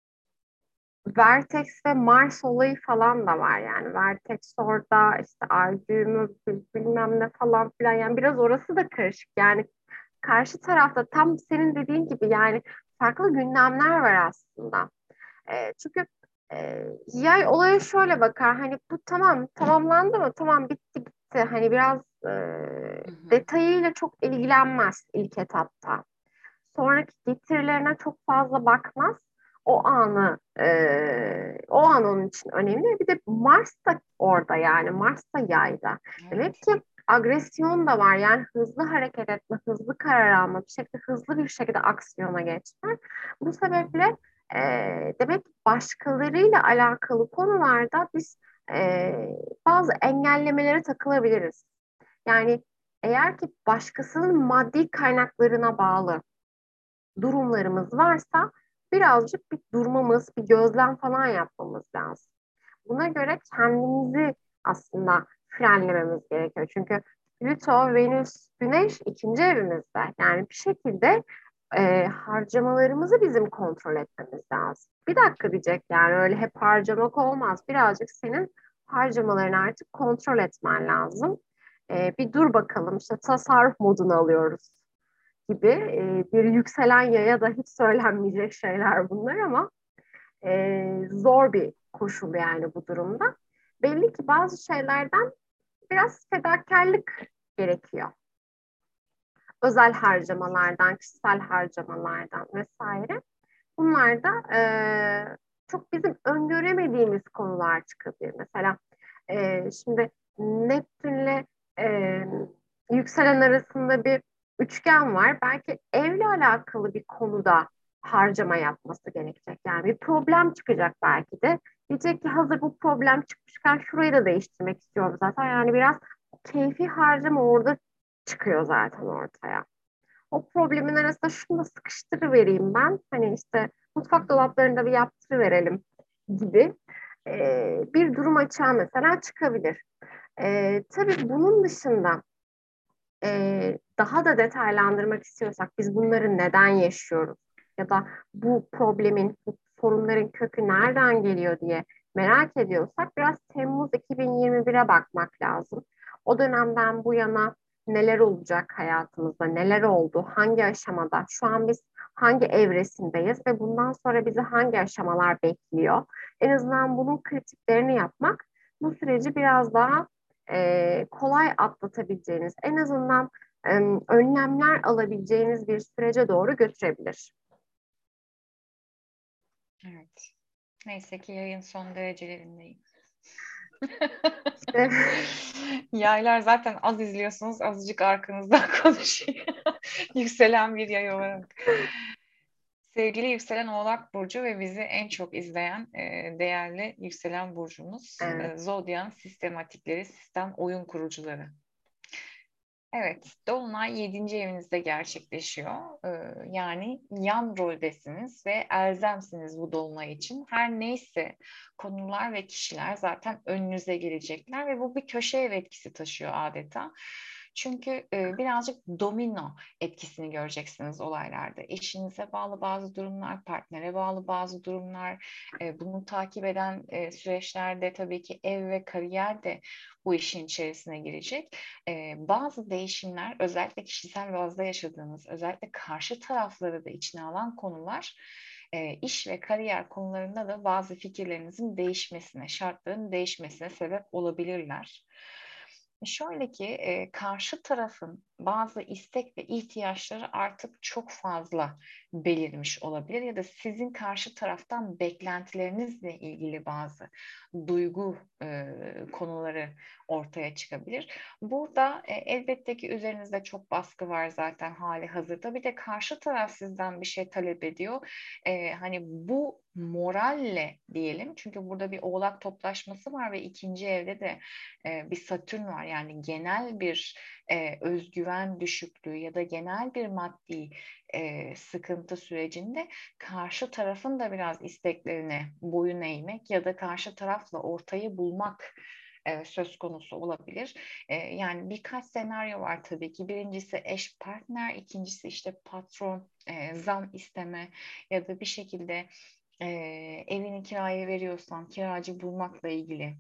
Vertex ve Mars olayı falan da var yani. Vertex orada, işte ay düğümü bilmem ne falan filan, yani biraz orası da karışık. Yani karşı tarafta tam senin dediğin gibi, yani farklı gündemler var aslında. E, çünkü e, yay olaya şöyle bakar, hani bu tamam tamamlandı mı, tamam bitti gitti, hani biraz e, Hı hı. detayıyla çok ilgilenmez ilk etapta. Sonraki getirilerine çok fazla bakmaz. O anı e, o an onun için önemli. Bir de Mars da orada, yani Mars da yayda. Demek Evet. ki agresyon da var, yani hızlı hareket etme, hızlı karar alma, bir şekilde hızlı bir şekilde aksiyona geçme. Bu sebeple e, demek ki başkalarıyla alakalı konularda biz e, bazı engellemelere takılabiliriz. Yani eğer ki başkasının maddi kaynaklarına bağlı durumlarımız varsa, birazcık bir durmamız, bir gözlem falan yapmamız lazım. Buna göre kendimizi aslında frenlememiz gerekiyor. Çünkü Plüto, Venüs, Güneş ikinci evimizde. Yani bir şekilde e, harcamalarımızı bizim kontrol etmemiz lazım. Bir dakika diyecek, yani öyle hep harcamak olmaz. Birazcık senin harcamalarını artık kontrol etmen lazım. e, bir dur bakalım işte tasarruf moduna alıyoruz gibi e, bir yükselen yaya da hiç söylenmeyecek şeyler bunlar ama e, zor bir koşul yani bu durumda. Belli ki bazı şeylerden biraz fedakarlık gerekiyor. Özel harcamalardan, kişisel harcamalardan vesaire. Bunlar da e, çok bizim öngöremediğimiz konular çıkabilir. Mesela e, şimdi Neptünle e, yükselen arasında bir üçgen var. Belki evle alakalı bir konuda harcama yapması gerekecek. Yani bir problem çıkacak belki de. Diyecek ki hazır bu problem çıkmışken şurayı da değiştirmek istiyorum zaten. Yani biraz keyfi harcama orada çıkıyor zaten ortaya. O problemin arasında şunu da sıkıştırıvereyim ben. Hani işte mutfak dolaplarında bir yaptırıverelim gibi e, bir durum açığa mesela çıkabilir. E, tabii bunun dışında e, daha da detaylandırmak istiyorsak biz bunları neden yaşıyoruz? Ya da bu problemin, bu sorunların kökü nereden geliyor diye merak ediyorsak biraz Temmuz iki bin yirmi bire bakmak lazım. O dönemden bu yana neler olacak hayatımızda, neler oldu, hangi aşamada, şu an biz hangi evresindeyiz ve bundan sonra bizi hangi aşamalar bekliyor? En azından bunun kritiklerini yapmak bu süreci biraz daha e, kolay atlatabileceğiniz, en azından e, önlemler alabileceğiniz bir sürece doğru götürebilir. Evet. Neyse ki yayın son derecelerindeyim. İşte Yaylar zaten az izliyorsunuz, azıcık arkanızdan konuşuyor. Yükselen bir yay olarak. Sevgili yükselen Oğlak Burcu ve bizi en çok izleyen e, değerli yükselen burcumuz evet, e, Zodyan sistematikleri, sistem oyun kurucuları. Evet, Dolunay yedinci evinizde gerçekleşiyor. Ee, yani yan roldesiniz ve elzemsiniz bu Dolunay için. Her neyse konular ve kişiler zaten önünüze gelecekler ve bu bir köşe ev etkisi taşıyor adeta. Çünkü e, birazcık domino etkisini göreceksiniz olaylarda. Eşinize bağlı bazı durumlar, partnere bağlı bazı durumlar, e, bunu takip eden e, süreçlerde tabii ki ev ve kariyer de bu işin içerisine girecek. Ee, bazı değişimler özellikle kişisel bazda yaşadığınız, özellikle karşı tarafları da içine alan konular e, iş ve kariyer konularında da bazı fikirlerinizin değişmesine, şartların değişmesine sebep olabilirler. Şöyle ki e, karşı tarafın bazı istek ve ihtiyaçları artık çok fazla belirmiş olabilir ya da sizin karşı taraftan beklentilerinizle ilgili bazı duygu e, konuları ortaya çıkabilir. Burada e, elbette ki üzerinizde çok baskı var zaten hali hazırda. Bir de karşı taraf sizden bir şey talep ediyor. E, hani bu moralle diyelim çünkü burada bir oğlak toplaşması var ve ikinci evde de e, bir Satürn var. Yani genel bir e, özgüven düşüklüğü ya da genel bir maddi e, sıkıntı sürecinde karşı tarafın da biraz isteklerine boyun eğmek ya da karşı tarafla ortayı bulmak e, söz konusu olabilir. E, yani birkaç senaryo var tabii ki. Birincisi eş partner, ikincisi işte patron, e, zam isteme ya da bir şekilde e, evini kiraya veriyorsan kiracı bulmakla ilgili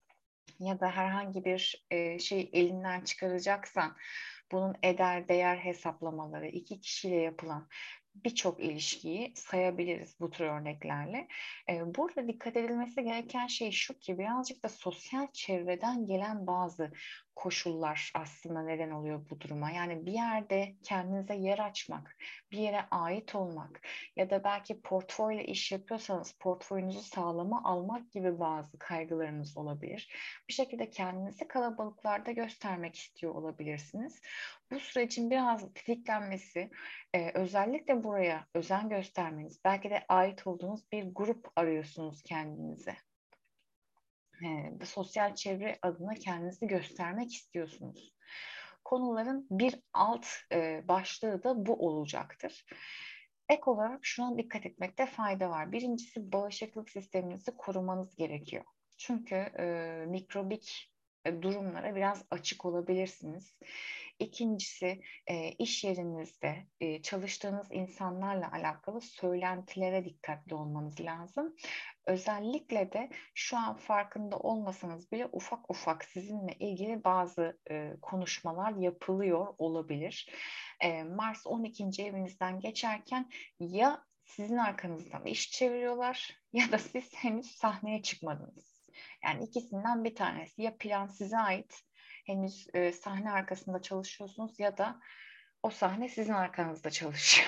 ya da herhangi bir e, şey elinden çıkaracaksan bunun eder değer hesaplamaları iki kişiyle yapılan birçok ilişkiyi sayabiliriz bu tür örneklerle. E, burada dikkat edilmesi gereken şey şu ki birazcık da sosyal çevreden gelen bazı koşullar aslında neden oluyor bu duruma. Yani bir yerde kendinize yer açmak, bir yere ait olmak ya da belki portföyle iş yapıyorsanız portföyünüzü sağlama almak gibi bazı kaygılarınız olabilir. Bir şekilde kendinizi kalabalıklarda göstermek istiyor olabilirsiniz. Bu sürecin biraz tetiklenmesi, e, özellikle buraya özen göstermeniz, belki de ait olduğunuz bir grup arıyorsunuz kendinize. E, sosyal çevre adına kendinizi göstermek istiyorsunuz. Konuların bir alt e, başlığı da bu olacaktır. Ek olarak şuna dikkat etmekte fayda var. Birincisi bağışıklık sisteminizi korumanız gerekiyor. Çünkü e, mikrobik e, durumlara biraz açık olabilirsiniz. İkincisi, e, iş yerinizde e, çalıştığınız insanlarla alakalı söylentilere dikkatli olmanız lazım. Özellikle de şu an farkında olmasanız bile ufak ufak sizinle ilgili bazı e, konuşmalar yapılıyor olabilir. E, Mars on ikinci evinizden geçerken ya sizin arkanızdan iş çeviriyorlar ya da siz henüz sahneye çıkmadınız. Yani ikisinden bir tanesi, ya plan size ait, henüz e, sahne arkasında çalışıyorsunuz ya da o sahne sizin arkanızda çalışıyor.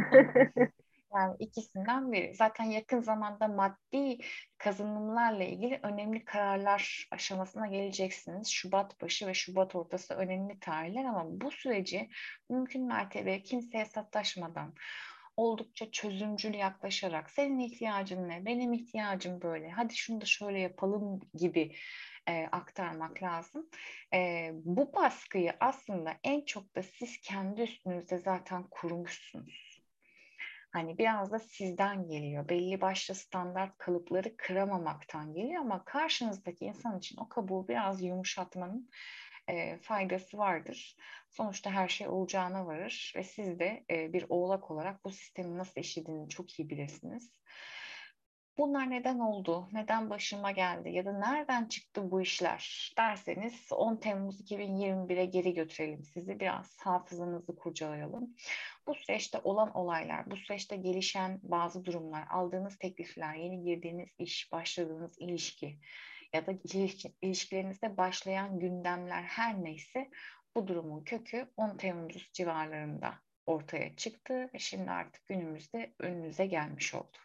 Yani ikisinden biri. Zaten yakın zamanda maddi kazanımlarla ilgili önemli kararlar aşamasına geleceksiniz. Şubat başı ve Şubat ortası önemli tarihler, ama bu süreci mümkün mertebe kimseye sataşmadan, oldukça çözümcül yaklaşarak, senin ihtiyacın ne, benim ihtiyacım böyle, hadi şunu da şöyle yapalım gibi e, aktarmak lazım. E, bu baskıyı aslında en çok da siz kendi üstünüzde zaten kurmuşsunuz. Hani biraz da sizden geliyor. Belli başlı standart kalıpları kıramamaktan geliyor, ama karşınızdaki insan için o kabuğu biraz yumuşatmanın e, faydası vardır. Sonuçta her şey olacağına varır ve siz de e, bir oğlak olarak bu sistemin nasıl işlediğini çok iyi bilirsiniz. Bunlar neden oldu, neden başıma geldi ya da nereden çıktı bu işler derseniz, on Temmuz iki bin yirmi bire geri götürelim sizi. Biraz hafızanızı kurcalayalım. Bu süreçte olan olaylar, bu süreçte gelişen bazı durumlar, aldığınız teklifler, yeni girdiğiniz iş, başladığınız ilişki ya da ilişki, ilişkilerinizde başlayan gündemler, her neyse, bu durumun kökü on Temmuz civarlarında ortaya çıktı ve şimdi artık günümüzde önünüze gelmiş oldu.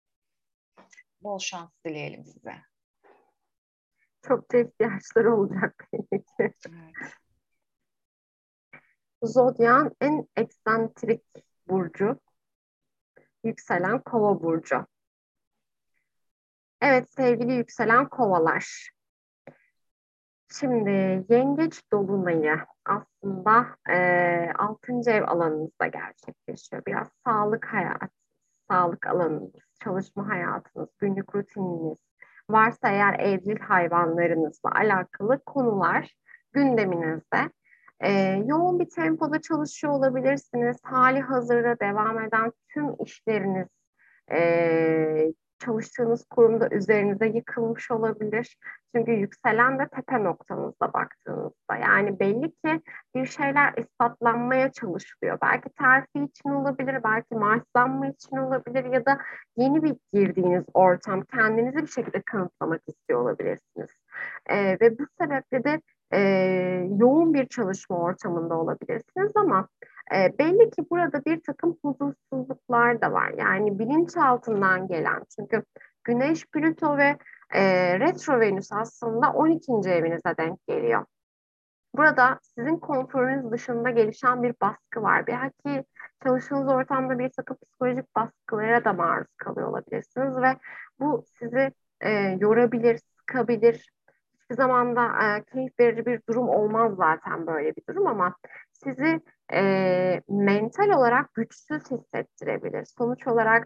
Bol şans dileyelim size. Çok da ihtiyaçları olacak belli ki. Evet. Zodyan en eksantrik burcu, yükselen Kova burcu. Evet sevgili yükselen Kovalar. Şimdi yengeç dolunayı aslında e, altıncı ev alanınızda gerçekleşiyor. Biraz sağlık hayatı, sağlık alanınız, çalışma hayatınız, günlük rutininiz, varsa eğer evcil hayvanlarınızla alakalı konular gündeminizde. E, yoğun bir tempoda çalışıyor olabilirsiniz. Hali hazırda devam eden tüm işleriniz, e, çalıştığınız kurumda üzerinize yıkılmış olabilir. Çünkü yükselen de tepe noktanızda baktığınızda. Yani belli ki bir şeyler ispatlanmaya çalışılıyor. Belki terfi için olabilir, belki maaşlanma için olabilir ya da yeni bir girdiğiniz ortam, kendinizi bir şekilde kanıtlamak istiyor olabilirsiniz. Ee, ve bu sebeple de e, yoğun bir çalışma ortamında olabilirsiniz ama e, belli ki burada bir takım huzursuzluklar da var. Yani bilinçaltından gelen, çünkü Güneş, Plüto ve e, Retro Venüs aslında on ikinci evinize denk geliyor. Burada sizin kontrolünüz dışında gelişen bir baskı var. Belki çalıştığınız ortamda bir takım psikolojik baskılara da maruz kalıyor olabilirsiniz ve bu sizi e, yorabilir, sıkabilir. Hiçbir zaman da e, keyif verici bir durum olmaz zaten böyle bir durum, ama sizi e, mental olarak güçsüz hissettirebilir. Sonuç olarak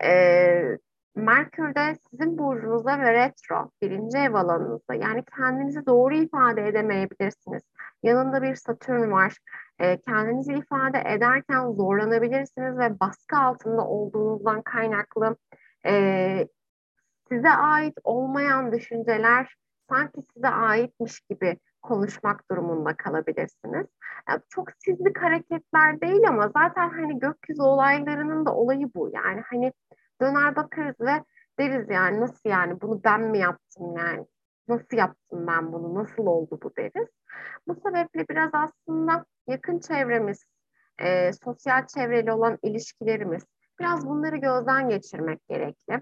e, Merkür de sizin burcunuzda ve retro birinci ev alanınızda, yani kendinizi doğru ifade edemeyebilirsiniz. Yanında bir Satürn var. E, kendinizi ifade ederken zorlanabilirsiniz ve baskı altında olduğunuzdan kaynaklı e, size ait olmayan düşünceler sanki size aitmiş gibi konuşmak durumunda kalabilirsiniz. Yani çok sizlik hareketler değil ama zaten hani gökyüzü olaylarının da olayı bu. Yani hani döner bakarız ve deriz yani nasıl, yani bunu ben mi yaptım, yani nasıl yaptım ben bunu, nasıl oldu bu deriz. Bu sebeple biraz aslında yakın çevremiz, e, sosyal çevreyle olan ilişkilerimiz, biraz bunları gözden geçirmek gerekli.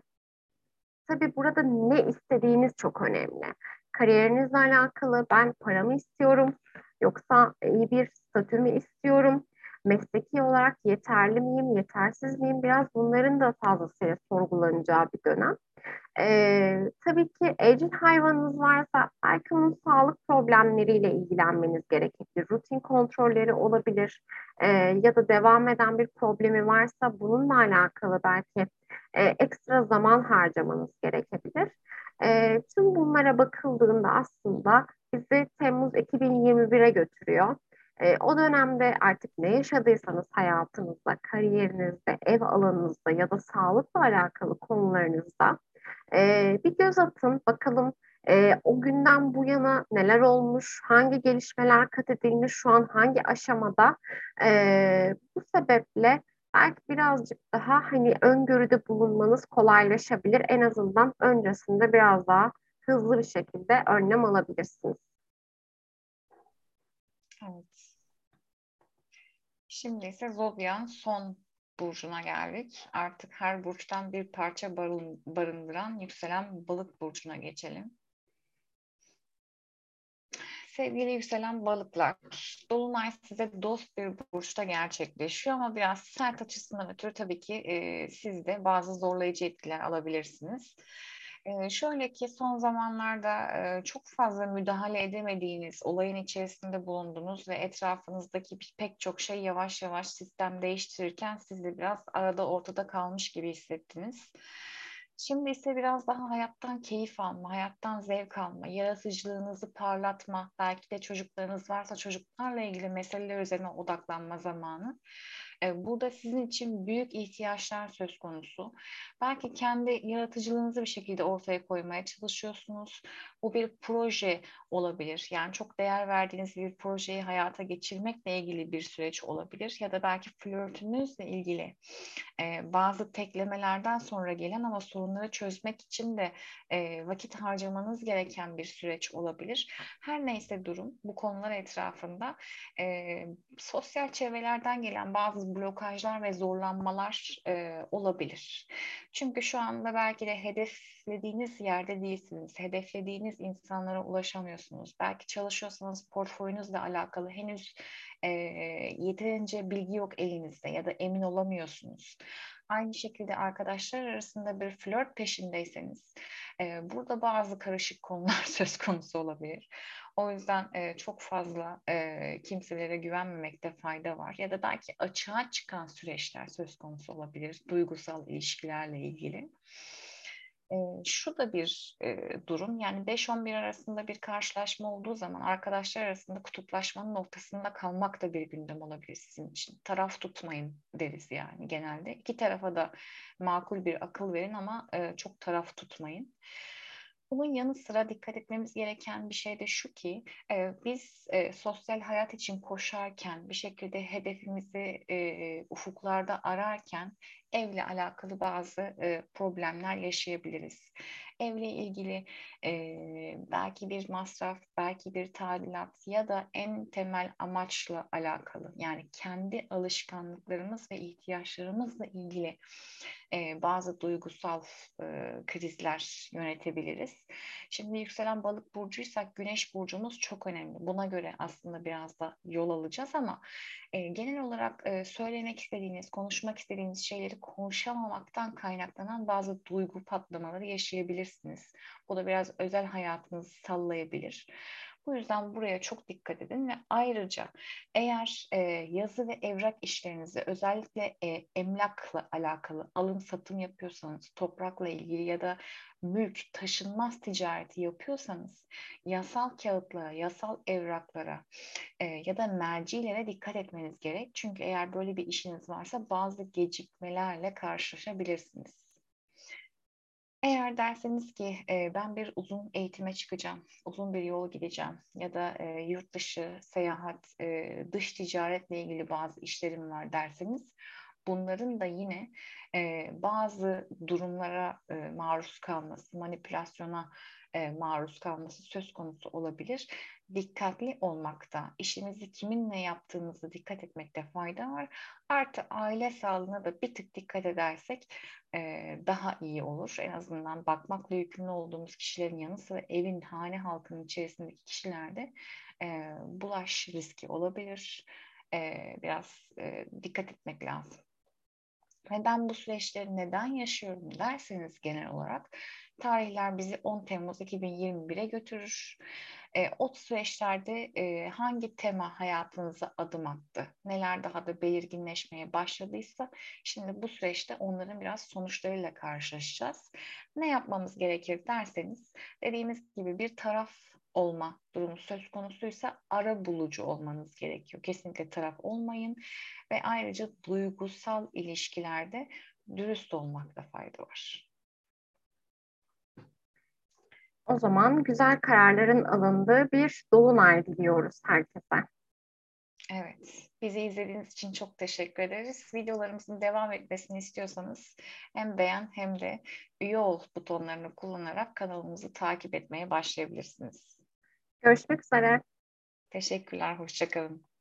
Tabii burada ne istediğiniz çok önemli. Kariyerinizle alakalı, ben paramı istiyorum yoksa iyi bir statü mü istiyorum? Mesleki olarak yeterli miyim, yetersiz miyim? Biraz bunların da fazlasıyla sorgulanacağı bir dönem. Ee, tabii ki evcil hayvanınız varsa belki onun sağlık problemleriyle ilgilenmeniz gerekebilir. Rutin kontrolleri olabilir. Ee, ya da devam eden bir problemi varsa bununla alakalı belki e, ekstra zaman harcamanız gerekebilir. E, tüm bunlara bakıldığında aslında bizi Temmuz iki bin yirmi bire götürüyor. E, o dönemde artık ne yaşadıysanız hayatınızda, kariyerinizde, ev alanınızda ya da sağlıkla alakalı konularınızda e, bir göz atın. Bakalım e, o günden bu yana neler olmuş, hangi gelişmeler kat edilmiş, şu an hangi aşamada. E, bu sebeple belki birazcık daha hani öngörüde bulunmanız kolaylaşabilir. En azından öncesinde biraz daha hızlı bir şekilde önlem alabilirsiniz. Evet. Şimdi ise Zodyak'ın son burcuna geldik. Artık her burçtan bir parça barın- barındıran yükselen balık burcuna geçelim. Sevgili yükselen balıklar, Dolunay size dost bir burçta gerçekleşiyor ama biraz sert açısından ötürü tabii ki e, siz de bazı zorlayıcı etkiler alabilirsiniz. E, şöyle ki son zamanlarda e, çok fazla müdahale edemediğiniz, olayın içerisinde bulundunuz ve etrafınızdaki bir- pek çok şey yavaş yavaş sistem değiştirirken siz de biraz arada ortada kalmış gibi hissettiniz. Şimdi ise biraz daha hayattan keyif alma, hayattan zevk alma, yaratıcılığınızı parlatma, belki de çocuklarınız varsa çocuklarla ilgili meseleler üzerine odaklanma zamanı. E, Burada sizin için büyük ihtiyaçlar söz konusu. Belki kendi yaratıcılığınızı bir şekilde ortaya koymaya çalışıyorsunuz. Bu bir proje olabilir. Yani çok değer verdiğiniz bir projeyi hayata geçirmekle ilgili bir süreç olabilir. Ya da belki flörtünüzle ilgili e, bazı teklemelerden sonra gelen ama sorunları çözmek için de e, vakit harcamanız gereken bir süreç olabilir. Her neyse durum bu konular etrafında e, sosyal çevrelerden gelen bazı blokajlar ve zorlanmalar e, olabilir. Çünkü şu anda belki de hedeflediğiniz yerde değilsiniz. Hedeflediğiniz insanlara ulaşamıyorsunuz. Belki çalışıyorsanız portföyünüzle alakalı henüz e, yeterince bilgi yok elinizde ya da emin olamıyorsunuz. Aynı şekilde arkadaşlar arasında bir flört peşindeyseniz e, burada bazı karışık konular söz konusu olabilir. O yüzden e, çok fazla e, kimselere güvenmemekte fayda var. Ya da belki açığa çıkan süreçler söz konusu olabilir duygusal ilişkilerle ilgili. E, şu da bir e, durum, yani beş on bir arasında bir karşılaşma olduğu zaman arkadaşlar arasında kutuplaşmanın ortasında kalmak da bir gündem olabilir sizin için. Taraf tutmayın deriz yani genelde. İki tarafa da makul bir akıl verin ama e, çok taraf tutmayın. Bunun yanı sıra dikkat etmemiz gereken bir şey de şu ki e, biz e, sosyal hayat için koşarken bir şekilde hedefimizi e, ufuklarda ararken evle alakalı bazı e, problemler yaşayabiliriz. Evle ilgili e, belki bir masraf, belki bir tadilat ya da en temel amaçla alakalı, yani kendi alışkanlıklarımız ve ihtiyaçlarımızla ilgili e, bazı duygusal e, krizler yönetebiliriz. Şimdi yükselen balık burcuysak güneş burcumuz çok önemli. Buna göre aslında biraz da yol alacağız ama e, genel olarak e, söylemek istediğiniz, konuşmak istediğiniz şeyleri konuşamamaktan kaynaklanan bazı duygu patlamaları yaşayabilirsiniz. Bu da biraz özel hayatınızı sallayabilir. Bu yüzden buraya çok dikkat edin ve ayrıca eğer e, yazı ve evrak işlerinizi özellikle e, emlakla alakalı alım satım yapıyorsanız, toprakla ilgili ya da mülk, taşınmaz ticareti yapıyorsanız yasal kağıtlara, yasal evraklara e, ya da mercilere dikkat etmeniz gerek. Çünkü eğer böyle bir işiniz varsa bazı gecikmelerle karşılaşabilirsiniz. Eğer derseniz ki e, ben bir uzun eğitime çıkacağım, uzun bir yol gideceğim ya da e, yurt dışı, seyahat, e, dış ticaretle ilgili bazı işlerim var derseniz bunların da yine e, bazı durumlara e, maruz kalması, manipülasyona e, maruz kalması söz konusu olabilir. Dikkatli olmakta, işimizi kiminle yaptığımızı dikkat etmekte fayda var. Artı aile sağlığına da bir tık dikkat edersek e, daha iyi olur. En azından bakmakla yükümlü olduğumuz kişilerin yanı sıra evin, hane halkının içerisindeki kişilerde e, bulaş riski olabilir. E, biraz e, dikkat etmek lazım. Neden bu süreçleri neden yaşıyorum derseniz genel olarak tarihler bizi on Temmuz iki bin yirmi bire götürür. E, o süreçlerde e, hangi tema hayatınıza adım attı? Neler daha da belirginleşmeye başladıysa şimdi bu süreçte onların biraz sonuçlarıyla karşılaşacağız. Ne yapmamız gerekir derseniz, dediğimiz gibi bir taraf olma durumu söz konusuysa ara bulucu olmanız gerekiyor. Kesinlikle taraf olmayın ve ayrıca duygusal ilişkilerde dürüst olmakta fayda var. O zaman güzel kararların alındığı bir dolunay diliyoruz herkese. Evet, bizi izlediğiniz için çok teşekkür ederiz. Videolarımızın devam etmesini istiyorsanız hem beğen hem de üye ol butonlarını kullanarak kanalımızı takip etmeye başlayabilirsiniz. Görüşmek üzere. Teşekkürler, hoşça kalın.